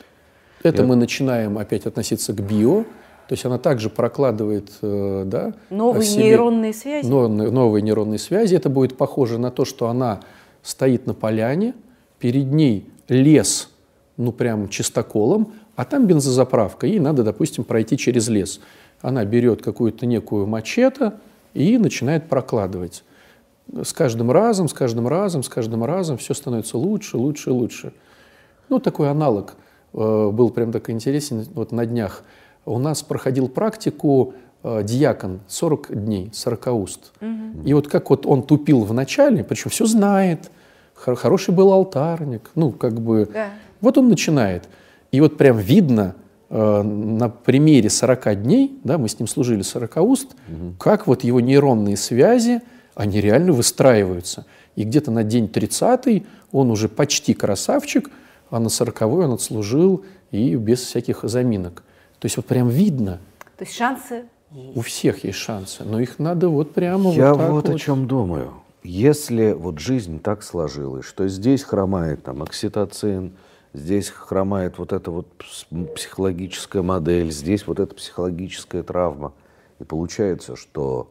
Это Я... мы начинаем опять относиться к био, то есть она также прокладывает э, да, новые себе... нейронные связи. Новые, новые нейронные связи. Это будет похоже на то, что она стоит на поляне, перед ней лес, ну прям чистоколом, а там бензозаправка, ей надо, допустим, пройти через лес. Она берет какую-то некую мачете и начинает прокладывать. С каждым разом, с каждым разом, с каждым разом все становится лучше, лучше, лучше. Ну, такой аналог э, был прям так интересен. Вот на днях у нас проходил практику э, диакон сорок дней, сорокауст. Угу. И вот как вот он тупил в начале, причем все знает, хор- хороший был алтарник, ну, как бы... Да. Вот он начинает. И вот прям видно э, на примере сорока дней, да, мы с ним служили сорокауст, угу. как вот его нейронные связи, они реально выстраиваются. И где-то на день тридцатый он уже почти красавчик, а на сороковой он отслужил и без всяких заминок. То есть вот прям видно. То есть шансы есть. У всех есть шансы, но их надо вот прямо Я вот так вот вот. о чем думаю. Если вот жизнь так сложилась, что здесь хромает там окситоцин, здесь хромает вот эта вот психологическая модель, здесь вот эта психологическая травма, и получается, что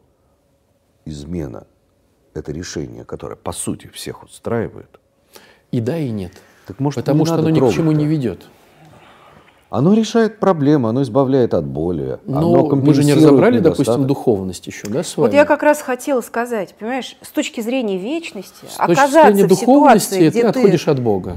измена – это решение, которое по сути всех устраивает. И да, и нет. Так, может, потому что оно ни к чему не ведет. Оно решает проблемы, оно избавляет от боли. Но мы же не разобрали, допустим, духовность еще, да, с вами? Вот я как раз хотела сказать, понимаешь, с точки зрения вечности, с оказаться точки зрения в духовности, ситуации, где ты отходишь от Бога.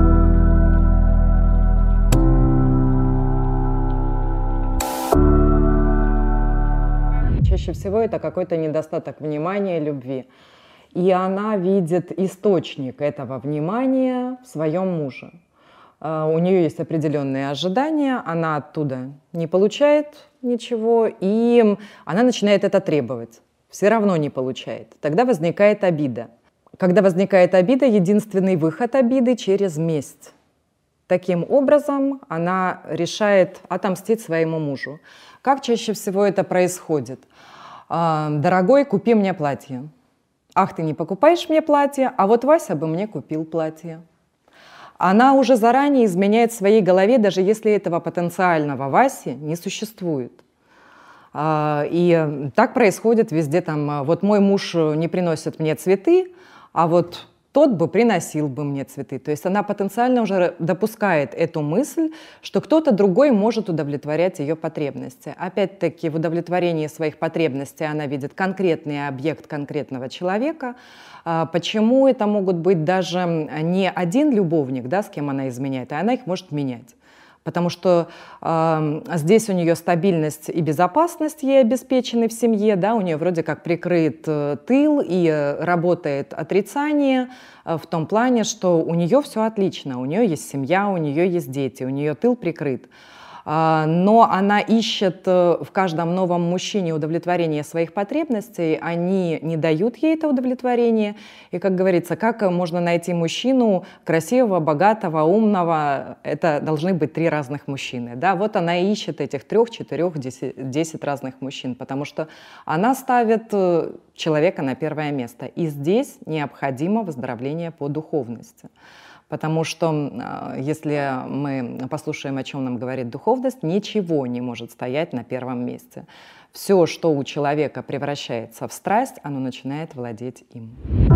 Чаще всего это какой-то недостаток внимания, любви. И она видит источник этого внимания в своем муже. У нее есть определенные ожидания, она оттуда не получает ничего, и она начинает это требовать. Все равно не получает. Тогда возникает обида. Когда возникает обида, единственный выход обиды через месть. Таким образом, она решает отомстить своему мужу. Как чаще всего это происходит? «Дорогой, купи мне платье». «Ах, ты не покупаешь мне платье, а вот Вася бы мне купил платье». Она уже заранее изменяет в своей голове, даже если этого потенциального Васи не существует. И так происходит везде. Там, вот мой муж не приносит мне цветы, а вот тот бы приносил бы мне цветы. То есть она потенциально уже допускает эту мысль, что кто-то другой может удовлетворять ее потребности. Опять-таки в удовлетворении своих потребностей она видит конкретный объект конкретного человека. Почему это могут быть даже не один любовник, да, с кем она изменяет, а она их может менять. Потому что э, здесь у нее стабильность и безопасность ей обеспечены в семье, да, у нее вроде как прикрыт э, тыл и э, работает отрицание э, в том плане, что у нее все отлично, у нее есть семья, у нее есть дети, у нее тыл прикрыт. Э, но она ищет э, в каждом новом мужчине удовлетворение своих потребностей, они не дают ей это удовлетворение. И, как говорится, как можно найти мужчину красивого, богатого, умного? Это должны быть три разных мужчины. Да? Вот она и ищет этих трех, четырех, десять разных мужчин, потому что она ставит человека на первое место. И здесь необходимо выздоровление по духовности. Потому что, если мы послушаем, о чем нам говорит духовность, ничего не может стоять на первом месте. Все, что у человека превращается в страсть, оно начинает владеть им.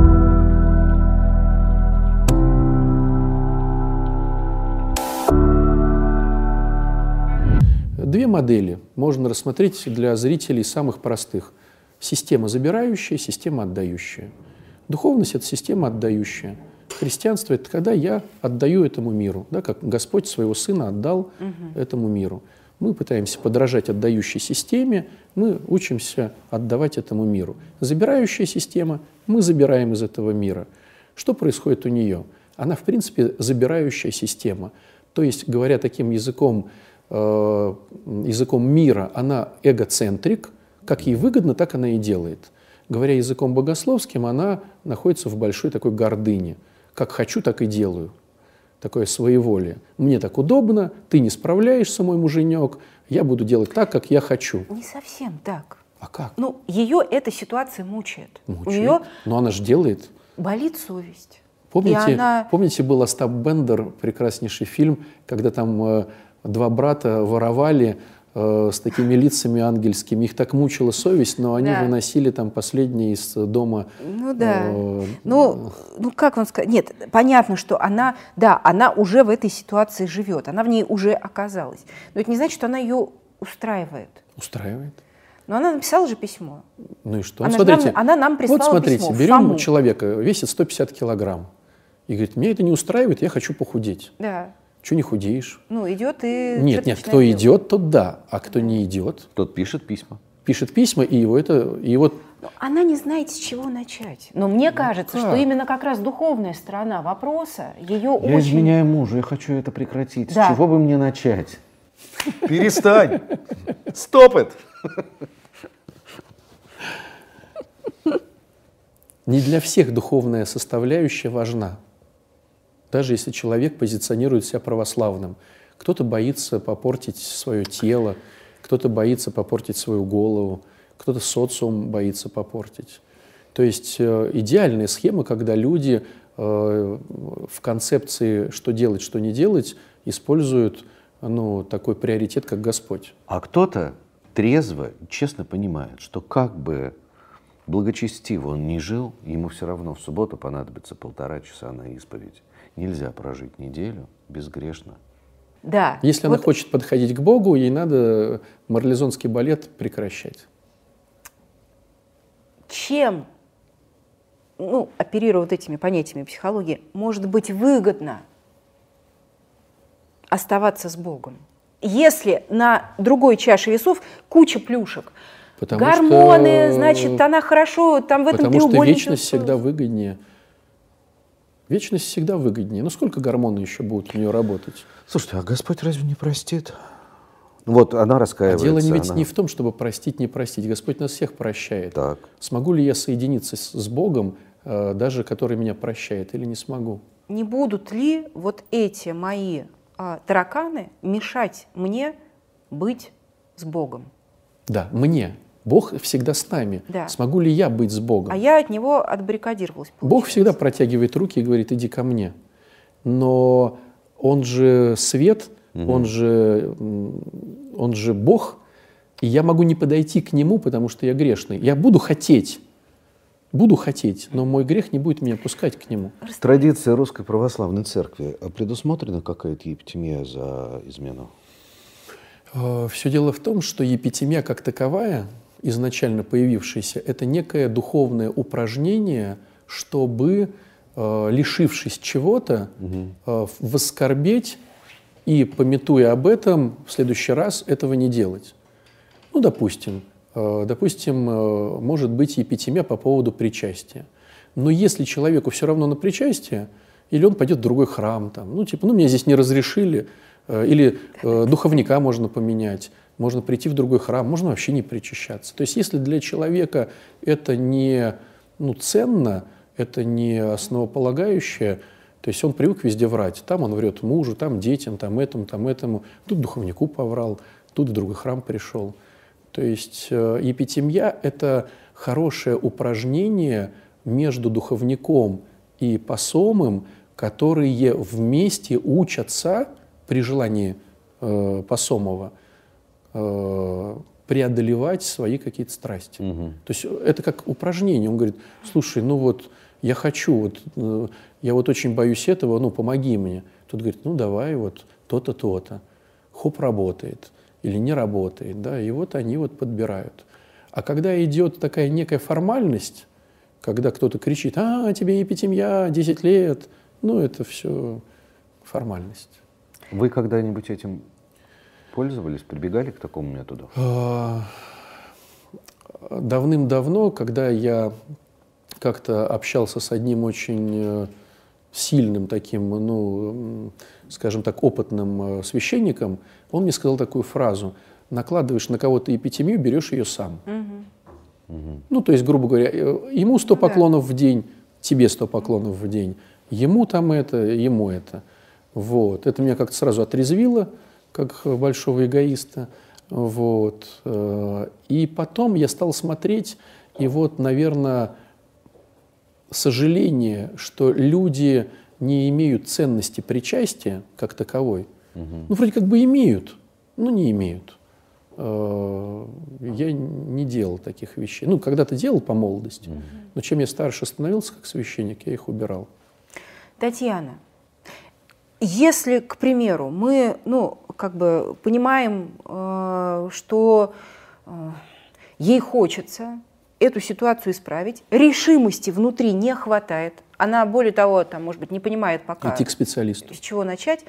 Две модели можно рассмотреть для зрителей самых простых. Система забирающая, система отдающая. Духовность – это система отдающая. Христианство – это когда я отдаю этому миру, да, как Господь своего Сына отдал угу. этому миру. Мы пытаемся подражать отдающей системе, мы учимся отдавать этому миру. Забирающая система – мы забираем из этого мира. Что происходит у нее? Она, в принципе, забирающая система. То есть, говоря таким языком, э, языком мира, она эгоцентрик, как ей выгодно, так она и делает. Говоря языком богословским, она находится в большой такой гордыне. Как хочу, так и делаю. Такое своеволие. Мне так удобно, ты не справляешься, мой муженек, я буду делать так, как я хочу. Не совсем так. А как? Ну, ее эта ситуация мучает. Мучает. У нее Но она же делает. болит совесть. Помните, И она... помните, был Остап Бендер, прекраснейший фильм, когда там э, два брата воровали э, с такими лицами ангельскими. Их так мучила совесть, но они Да. выносили там последние из дома. Ну да. э, Ну, ну как вам сказать? Нет, понятно, что она, да, она уже в этой ситуации живет, она в ней уже оказалась. Но это не значит, что она ее устраивает. Устраивает. Но она написала же письмо. Ну и что? Она, Вот же нам, смотрите, она нам прислала вот смотрите, письмо. берем Фому. человека, весит сто пятьдесят килограмм, и говорит, мне это не устраивает, я хочу похудеть. Да. Чего не худеешь? Ну, идет и... Нет, что-то нет, начинает кто делать. идет, тот да, а кто не идет, Тот пишет письма. пишет письма, и его это, и его Но она не знает, с чего начать. Но мне кажется, как? что именно как раз духовная сторона вопроса ее Я очень... изменяю мужу, я хочу это прекратить. Да. С чего бы мне начать? Перестань! Стоп it! Не для всех духовная составляющая важна. Даже если человек позиционирует себя православным. Кто-то боится попортить свое тело, кто-то боится попортить свою голову, кто-то социум боится попортить. То есть э, идеальная схема, когда люди э, в концепции, что делать, что не делать, используют ну, такой приоритет, как Господь. А кто-то трезво, честно понимает, что как бы благочестиво он ни жил, ему все равно в субботу понадобится полтора часа на исповедь. Нельзя прожить неделю безгрешно. Да. Если вот она хочет подходить к Богу, ей надо марлезонский балет прекращать. чем, ну, оперируя вот этими понятиями психологии, может быть выгодно оставаться с Богом? Если на другой чаше весов куча плюшек, Потому гормоны, что- значит, она хорошо, там в этом Потому что треугольнике вечность устроилась. всегда выгоднее. Вечность всегда выгоднее. Ну сколько гормоны еще будут у нее работать? Слушайте, а Господь разве не простит? Вот она А раскаивается. дело не ведь она- не в том, чтобы простить, не простить. Господь нас всех прощает. Так. Смогу ли я соединиться с, с Богом, э, даже который меня прощает, или не смогу? Не будут ли вот эти мои а, тараканы мешать мне быть с Богом? Да, мне. Бог всегда с нами. Да. Смогу ли я быть с Богом? А я от него отбаррикадировалась. Бог получается. всегда протягивает руки и говорит, иди ко мне. Но Он же свет, он же, м, он же Бог, и я могу не подойти к Нему, потому что я грешный. Я буду хотеть, буду хотеть, но мой грех не будет меня пускать к Нему. В традиции Русской Православной Церкви предусмотрена какая-то епитемия за измену? Все дело в том, что епитемия как таковая, изначально появившаяся, это некое духовное упражнение, чтобы, э, лишившись чего-то, э, воскорбеть и, памятуя об этом, в следующий раз этого не делать. Ну, допустим, э, допустим, э, может быть епитемия по поводу причастия. Но если человеку все равно на причастие, или он пойдет в другой храм, там, ну, типа, ну, мне здесь не разрешили, э, или э, духовника можно поменять, можно прийти в другой храм, можно вообще не причащаться. То есть если для человека это не, ну, ценно, это не основополагающее, то есть он привык везде врать. Там он врет мужу, там детям, там этому, там этому. Тут духовнику поврал, тут в другой храм пришел. То есть э, епитемия – это хорошее упражнение между духовником и посомым, которые вместе учатся при желании э, посомого э, преодолевать свои какие-то страсти. Угу. То есть это как упражнение. Он говорит, слушай, ну вот я хочу, вот, э, я вот очень боюсь этого, ну помоги мне. Тут говорит, ну давай вот то-то, то-то. Хоп, работает или не работает. Да? И вот они вот подбирают. А когда идет такая некая формальность, когда кто-то кричит, а, тебе епитемия, десять лет, ну это все формальность. Вы когда-нибудь этим пользовались, прибегали к такому методу? Давным-давно, когда я как-то общался с одним очень сильным таким, ну, скажем так, опытным священником, он мне сказал такую фразу: накладываешь на кого-то эпитемию, берешь ее сам. Угу. Угу. Ну, то есть, грубо говоря, ему сто ну, поклонов да. в день, тебе сто поклонов в день, ему там это, ему это. Вот. Это меня как-то сразу отрезвило, как большого эгоиста. Вот. И потом я стал смотреть, и вот, наверное, сожаление, что люди не имеют ценности причастия как таковой, угу. ну, вроде как бы имеют, но не имеют. Я не делал таких вещей. Ну, когда-то делал по молодости, угу. но чем я старше становился как священник, я их убирал. Татьяна, если, к примеру, мы, ну, как бы понимаем, что ей хочется эту ситуацию исправить, решимости внутри не хватает, она, более того, там, может быть, не понимает пока, идти к специалисту, с чего начать,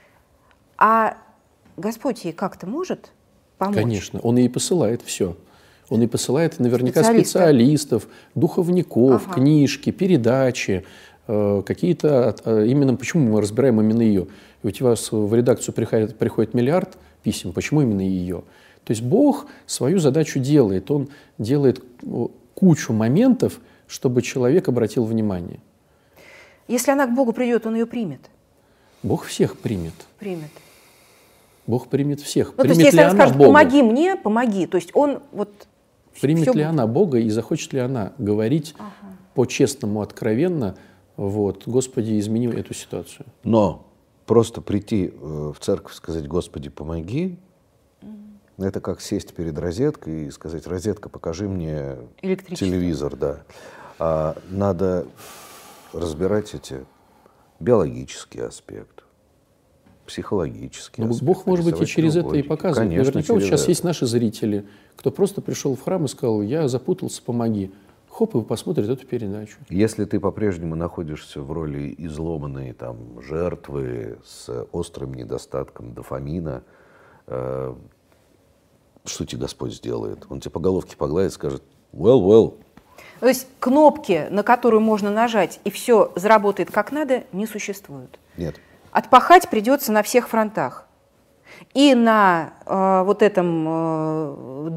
а Господь ей как-то может помочь? Конечно, Он ей посылает все. Он ей посылает наверняка специалистов, духовников, ага. книжки, передачи, э, какие-то... Э, именно почему мы разбираем именно ее? Ведь у вас в редакцию приходит, приходит миллиард писем, почему именно ее? То есть Бог свою задачу делает. Он делает кучу моментов, чтобы человек обратил внимание. Если она к Богу придет, Он ее примет? Бог всех примет. Примет. Бог примет всех. Ну, примет то есть, если ли она она скажет, Бога? помоги мне, помоги, то есть Он вот... Примет ли будет. она Бога и захочет ли она говорить ага. по-честному, откровенно, вот, Господи, измени эту ситуацию? Но просто прийти в церковь, сказать: Господи, помоги, mm. это как сесть перед розеткой и сказать: розетка, покажи мне телевизор. Да. А надо разбирать эти биологические аспекты, психологические Но аспекты. Бог, может быть, и через это и показывает. Конечно, наверняка вот сейчас это. Есть наши зрители, кто просто пришел в храм и сказал: я запутался, помоги. Хоп, и посмотрит эту передачу. Если ты по-прежнему находишься в роли изломанной там, жертвы с острым недостатком дофамина, э, что тебе Господь сделает? Он тебе по головке погладит и скажет: well, well. То есть кнопки, на которую можно нажать, и все заработает как надо, не существует. Нет. Отпахать придется на всех фронтах. И на э, вот этом э,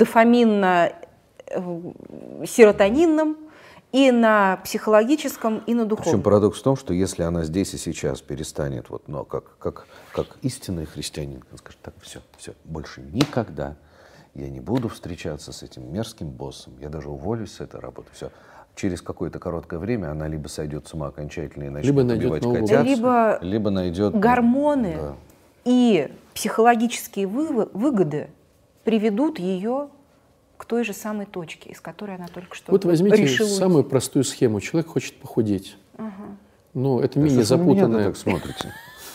дофаминно-серотонинном, и на психологическом, и на духовном. Причем парадокс в том, что если она здесь и сейчас перестанет, вот, но как, как, как истинный христианин, он скажет: так, все, все, больше никогда я не буду встречаться с этим мерзким боссом, я даже уволюсь с этой работы, все. Через какое-то короткое время она либо сойдет с ума окончательно и начнет либо убивать найдет котят, либо, либо найдет гормоны да. и психологические вы, выгоды приведут ее к той же самой точке, из которой она только что Вот возьмите решила самую уйти. простую схему. Человек хочет похудеть. Ага. Но это Да менее что ж вы на меня запутанная... так смотрите?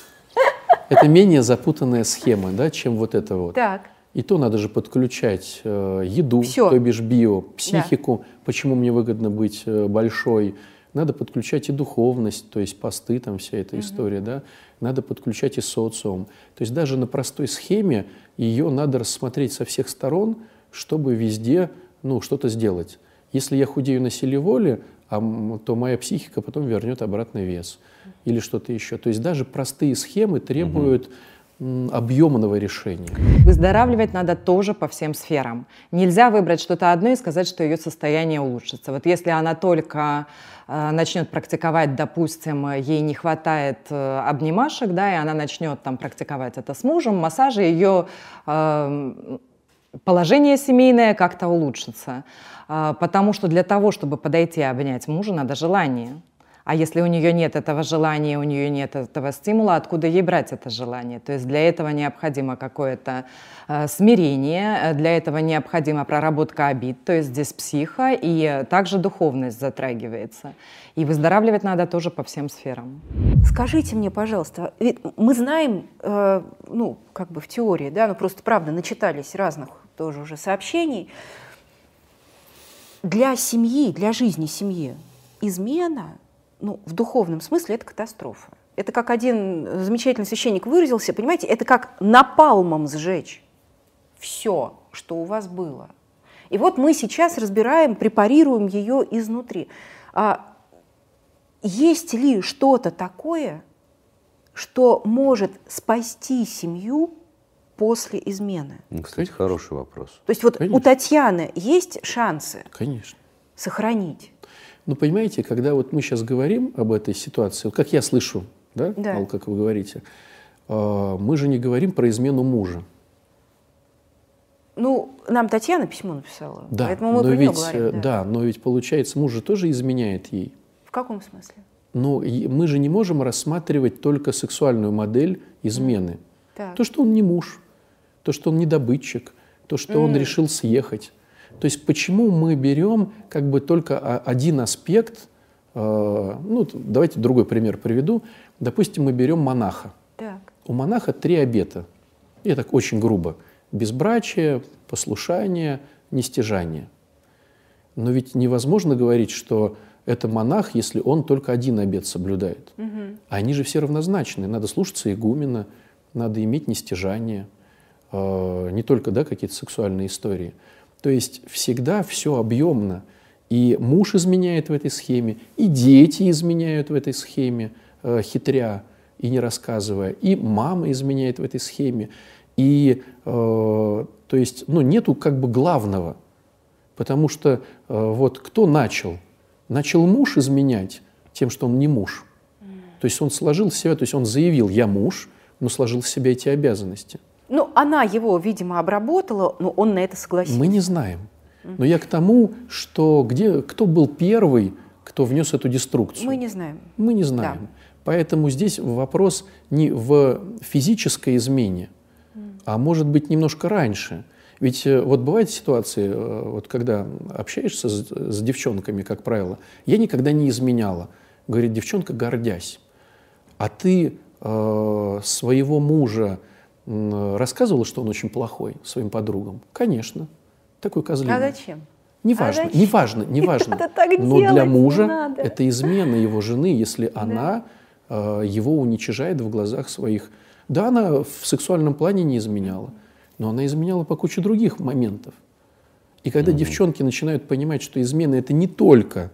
Это менее запутанная схема, да, чем вот это вот. Так. И то надо же подключать э, еду, Всё. то бишь био, психику, да. Почему мне выгодно быть э, большой. Надо подключать и духовность, то есть посты, там вся эта угу. история, да. Надо подключать и социум. То есть даже на простой схеме ее надо рассмотреть со всех сторон, чтобы везде, ну, что-то сделать. Если я худею на силе воли, а, то моя психика потом вернет обратно вес или что-то еще. То есть даже простые схемы требуют угу. объемного решения. Выздоравливать надо тоже по всем сферам. Нельзя выбрать что-то одно и сказать, что ее состояние улучшится. Вот если она только э, начнет практиковать, допустим, ей не хватает э, обнимашек, да, и она начнет там практиковать это с мужем, массажи, ее э, положение семейное как-то улучшится. Э, потому что для того, чтобы подойти и обнять мужа, надо желание. А если у нее нет этого желания, у нее нет этого стимула, откуда ей брать это желание? То есть для этого необходимо какое-то э, смирение, для этого необходима проработка обид, то есть здесь психо, и также духовность затрагивается. И выздоравливать надо тоже по всем сферам. Скажите мне, пожалуйста, ведь мы знаем, э, ну, как бы в теории, да, ну просто, правда, начитались разных тоже уже сообщений. Для семьи, для жизни семьи измена, ну, в духовном смысле это катастрофа. Это как один замечательный священник выразился, понимаете, это как напалмом сжечь все, что у вас было. И вот мы сейчас разбираем, препарируем ее изнутри. А есть ли что-то такое, что может спасти семью после измены? Кстати, Конечно. хороший вопрос. То есть вот Конечно. у Татьяны есть шансы Конечно. сохранить? Ну, понимаете, когда вот мы сейчас говорим об этой ситуации, вот как я слышу, да, Да. Алла, как вы говорите, э, мы же не говорим про измену мужа. Ну, нам Татьяна письмо написала, Да, поэтому мы но про неё ведь, говорим. э, Да. да, но ведь получается, муж же тоже изменяет ей. В каком смысле? Но и мы же не можем рассматривать только сексуальную модель измены. Так. То, что он не муж, то, что он не добытчик, то, что он решил съехать. То есть почему мы берем как бы только о- один аспект, э, ну, т- давайте другой пример приведу. Допустим, мы берем монаха. Так. У монаха три обета. Я так очень грубо. Безбрачие, послушание, нестяжание. Но ведь невозможно говорить, что это монах, если он только один обет соблюдает. А они же все равнозначны. Надо слушаться игумена, надо иметь нестяжание, э, не только, да, какие-то сексуальные истории. То есть всегда все объемно. И муж изменяет в этой схеме, и дети изменяют в этой схеме, э, хитря и не рассказывая, и мама изменяет в этой схеме. И, э, то есть, ну, нету как бы главного. Потому что э, вот кто начал? Начал муж изменять тем, что он не муж. То есть он сложил в себя, то есть он заявил «я муж», но сложил в себя эти обязанности. Ну, она его, видимо, обработала, но он на это согласился. Мы не знаем. Но я к тому, что где, кто был первый, кто внес эту деструкцию. Мы не знаем. Мы не знаем. Поэтому здесь вопрос не в физической измене, а может быть немножко раньше. Ведь э, вот бывают ситуации, э, вот когда общаешься с, с девчонками, как правило, я никогда не изменяла, говорит девчонка, гордясь. А ты э, своего мужа м, рассказывала, что он очень плохой своим подругам? Конечно. Такой козлиный. А зачем? Неважно, А зачем? неважно, неважно. надо так Но делать, для не мужа надо. это измена его жены, если она э, его уничижает в глазах своих. Да, она в сексуальном плане не изменяла, но она изменяла по куче других моментов. И когда mm-hmm. девчонки начинают понимать, что измена это не только,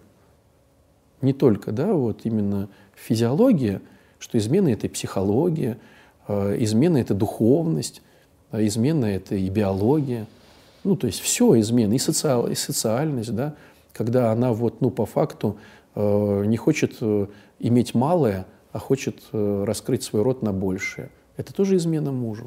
не только, да, вот именно физиология, что измена это и психология, э, измена это духовность, а измена это и биология. Ну, то есть все измены, и, социал, и социальность, да, когда она вот, ну, по факту э, не хочет э, иметь малое, а хочет э, раскрыть свой рот на большее. Это тоже измена мужу.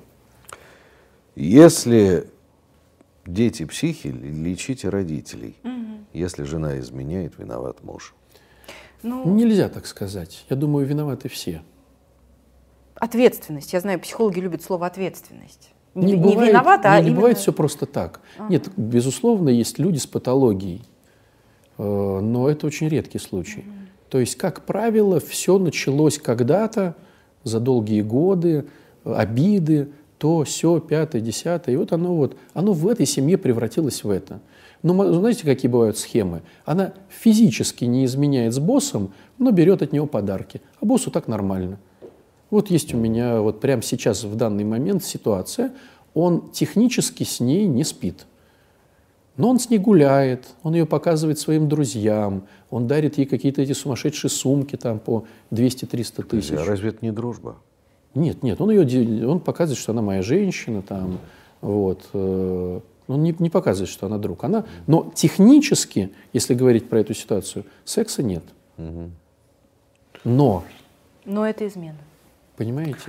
Если дети психи, лечите родителей. Угу. Если жена изменяет, виноват муж. Ну, Нельзя так сказать. Я думаю, виноваты все. ответственность. Я знаю, психологи любят слово «ответственность». Не, Не, бывает, не виновата, а не, не именно... бывает все просто так. Ага. Нет, безусловно, есть люди с патологией, э, но это очень редкий случай. Угу. То есть, как правило, все началось когда-то, за долгие годы, обиды, то, сё, пятое, десятое, и вот оно вот, оно в этой семье превратилось в это. Но знаете, какие бывают схемы? Она физически не изменяет с боссом, но берет от него подарки, а боссу так нормально. Вот есть у меня вот прямо сейчас в данный момент ситуация, он технически с ней не спит. Но он с ней гуляет, он ее показывает своим друзьям, он дарит ей какие-то эти сумасшедшие сумки там по двести-триста тысяч. А разве это не дружба? Нет, нет, он, ее, он показывает, что она моя женщина, там, вот. Он не, не показывает, что она друг. Она, но технически, если говорить про эту ситуацию, секса нет. Угу. Но, Но это измена. понимаете?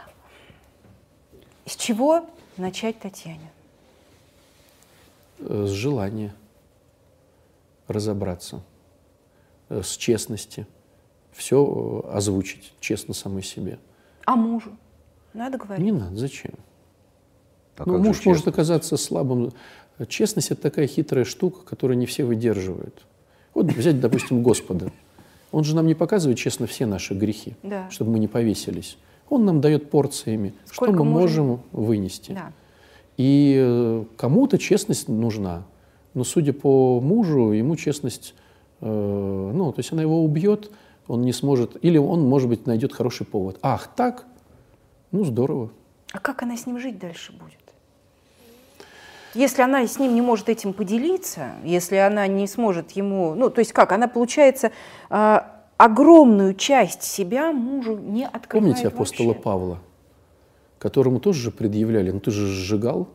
С чего начать Татьяне? С желания разобраться, с честности, все озвучить честно самой себе. А мужу? Надо говорить? Не надо, зачем? А ну, как муж же может честность? оказаться слабым. Честность – это такая хитрая штука, которую не все выдерживают. Вот взять, допустим, Господа. Он же нам не показывает честно все наши грехи, Да. чтобы мы не повесились. Он нам дает порциями, Сколько что мы можем. можем вынести. Да. И э, кому-то честность нужна. Но, судя по мужу, ему честность, э, ну, то есть она его убьет, он не сможет, или он, может быть, найдет хороший повод. Ах, так? Ну, здорово. А как она с ним жить дальше будет? если она с ним не может этим поделиться, если она не сможет ему... Ну, то есть как? Она, получается, э, огромную часть себя мужу не открывает. Помните апостола вообще. Павла, которому тоже же предъявляли, ну ты же сжигал,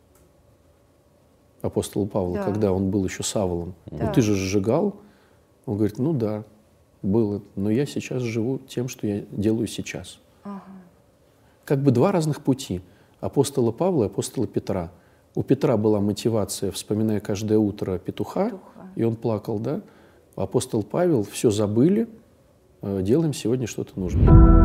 апостола Павла, Да. когда он был еще Савлом. Да. Ну ты же сжигал. Он говорит, ну да, было, но я сейчас живу тем, что я делаю сейчас. Ага. Как бы два разных пути. Апостола Павла и апостола Петра. У Петра была мотивация, вспоминая каждое утро петуха, Петуха. и он плакал, да? Апостол Павел, все забыли, э, делаем сегодня что-то нужное.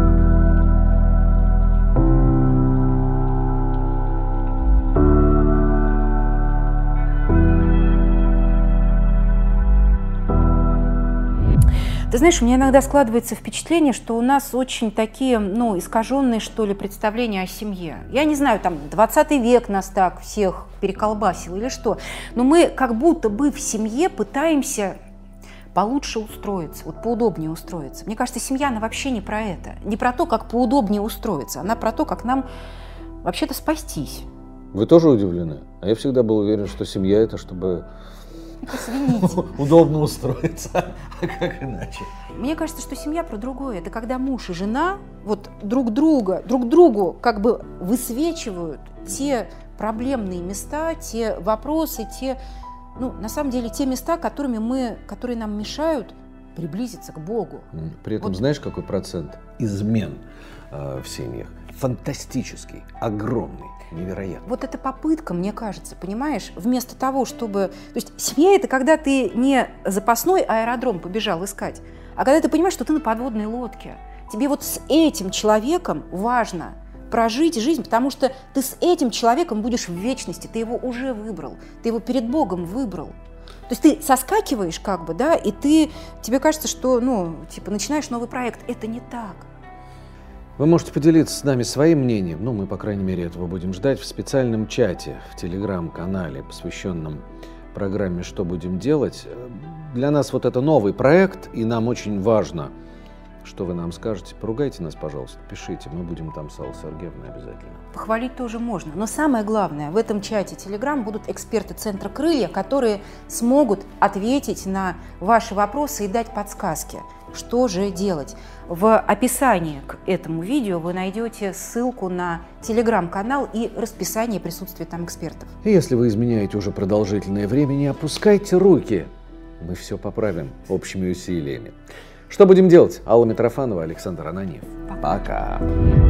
Ты знаешь, у меня иногда складывается впечатление, что у нас очень такие, ну, искаженные, что ли, представления о семье. Я не знаю, там, двадцатый век нас так всех переколбасил или что, но мы как будто бы в семье пытаемся получше устроиться, вот поудобнее устроиться. Мне кажется, семья, она вообще не про это, не про то, как поудобнее устроиться, она про то, как нам вообще-то спастись. Вы тоже удивлены? А я всегда был уверен, что семья – это чтобы Извините. удобно устроиться, а как иначе? Мне кажется, что семья про другое. Это когда муж и жена вот друг друга, друг другу как бы высвечивают те проблемные места, те вопросы, те, ну, на самом деле, те места, которыми мы, которые нам мешают приблизиться к Богу. При этом Вот. знаешь, какой процент измен э, в семьях? Фантастический, огромный, невероятный. Вот эта попытка, мне кажется, понимаешь, вместо того, чтобы... То есть семья – это когда ты не запасной аэродром побежал искать, а когда ты понимаешь, что ты на подводной лодке. Тебе вот с этим человеком важно прожить жизнь, потому что ты с этим человеком будешь в вечности, ты его уже выбрал, ты его перед Богом выбрал. То есть ты соскакиваешь как бы, да, и ты, тебе кажется, что, ну, типа, начинаешь новый проект. Это не так. Вы можете поделиться с нами своим мнением, ну, мы, по крайней мере, этого будем ждать, в специальном чате, в телеграм-канале, посвященном программе «Что будем делать?». Для нас вот это новый проект, и нам очень важно, что вы нам скажете. Поругайте нас, пожалуйста, пишите, мы будем там с Аллой Сергеевной обязательно. Похвалить тоже можно. Но самое главное, в этом чате Telegram будут эксперты Центра «Крылья», которые смогут ответить на ваши вопросы и дать подсказки, что же делать. В описании к этому видео вы найдете ссылку на Telegram-канал и расписание присутствия там экспертов. И если вы изменяете уже продолжительное время, не опускайте руки. Мы все поправим общими усилиями. Что будем делать? Алла Митрофанова, Александр Ананьев. Пока. Пока.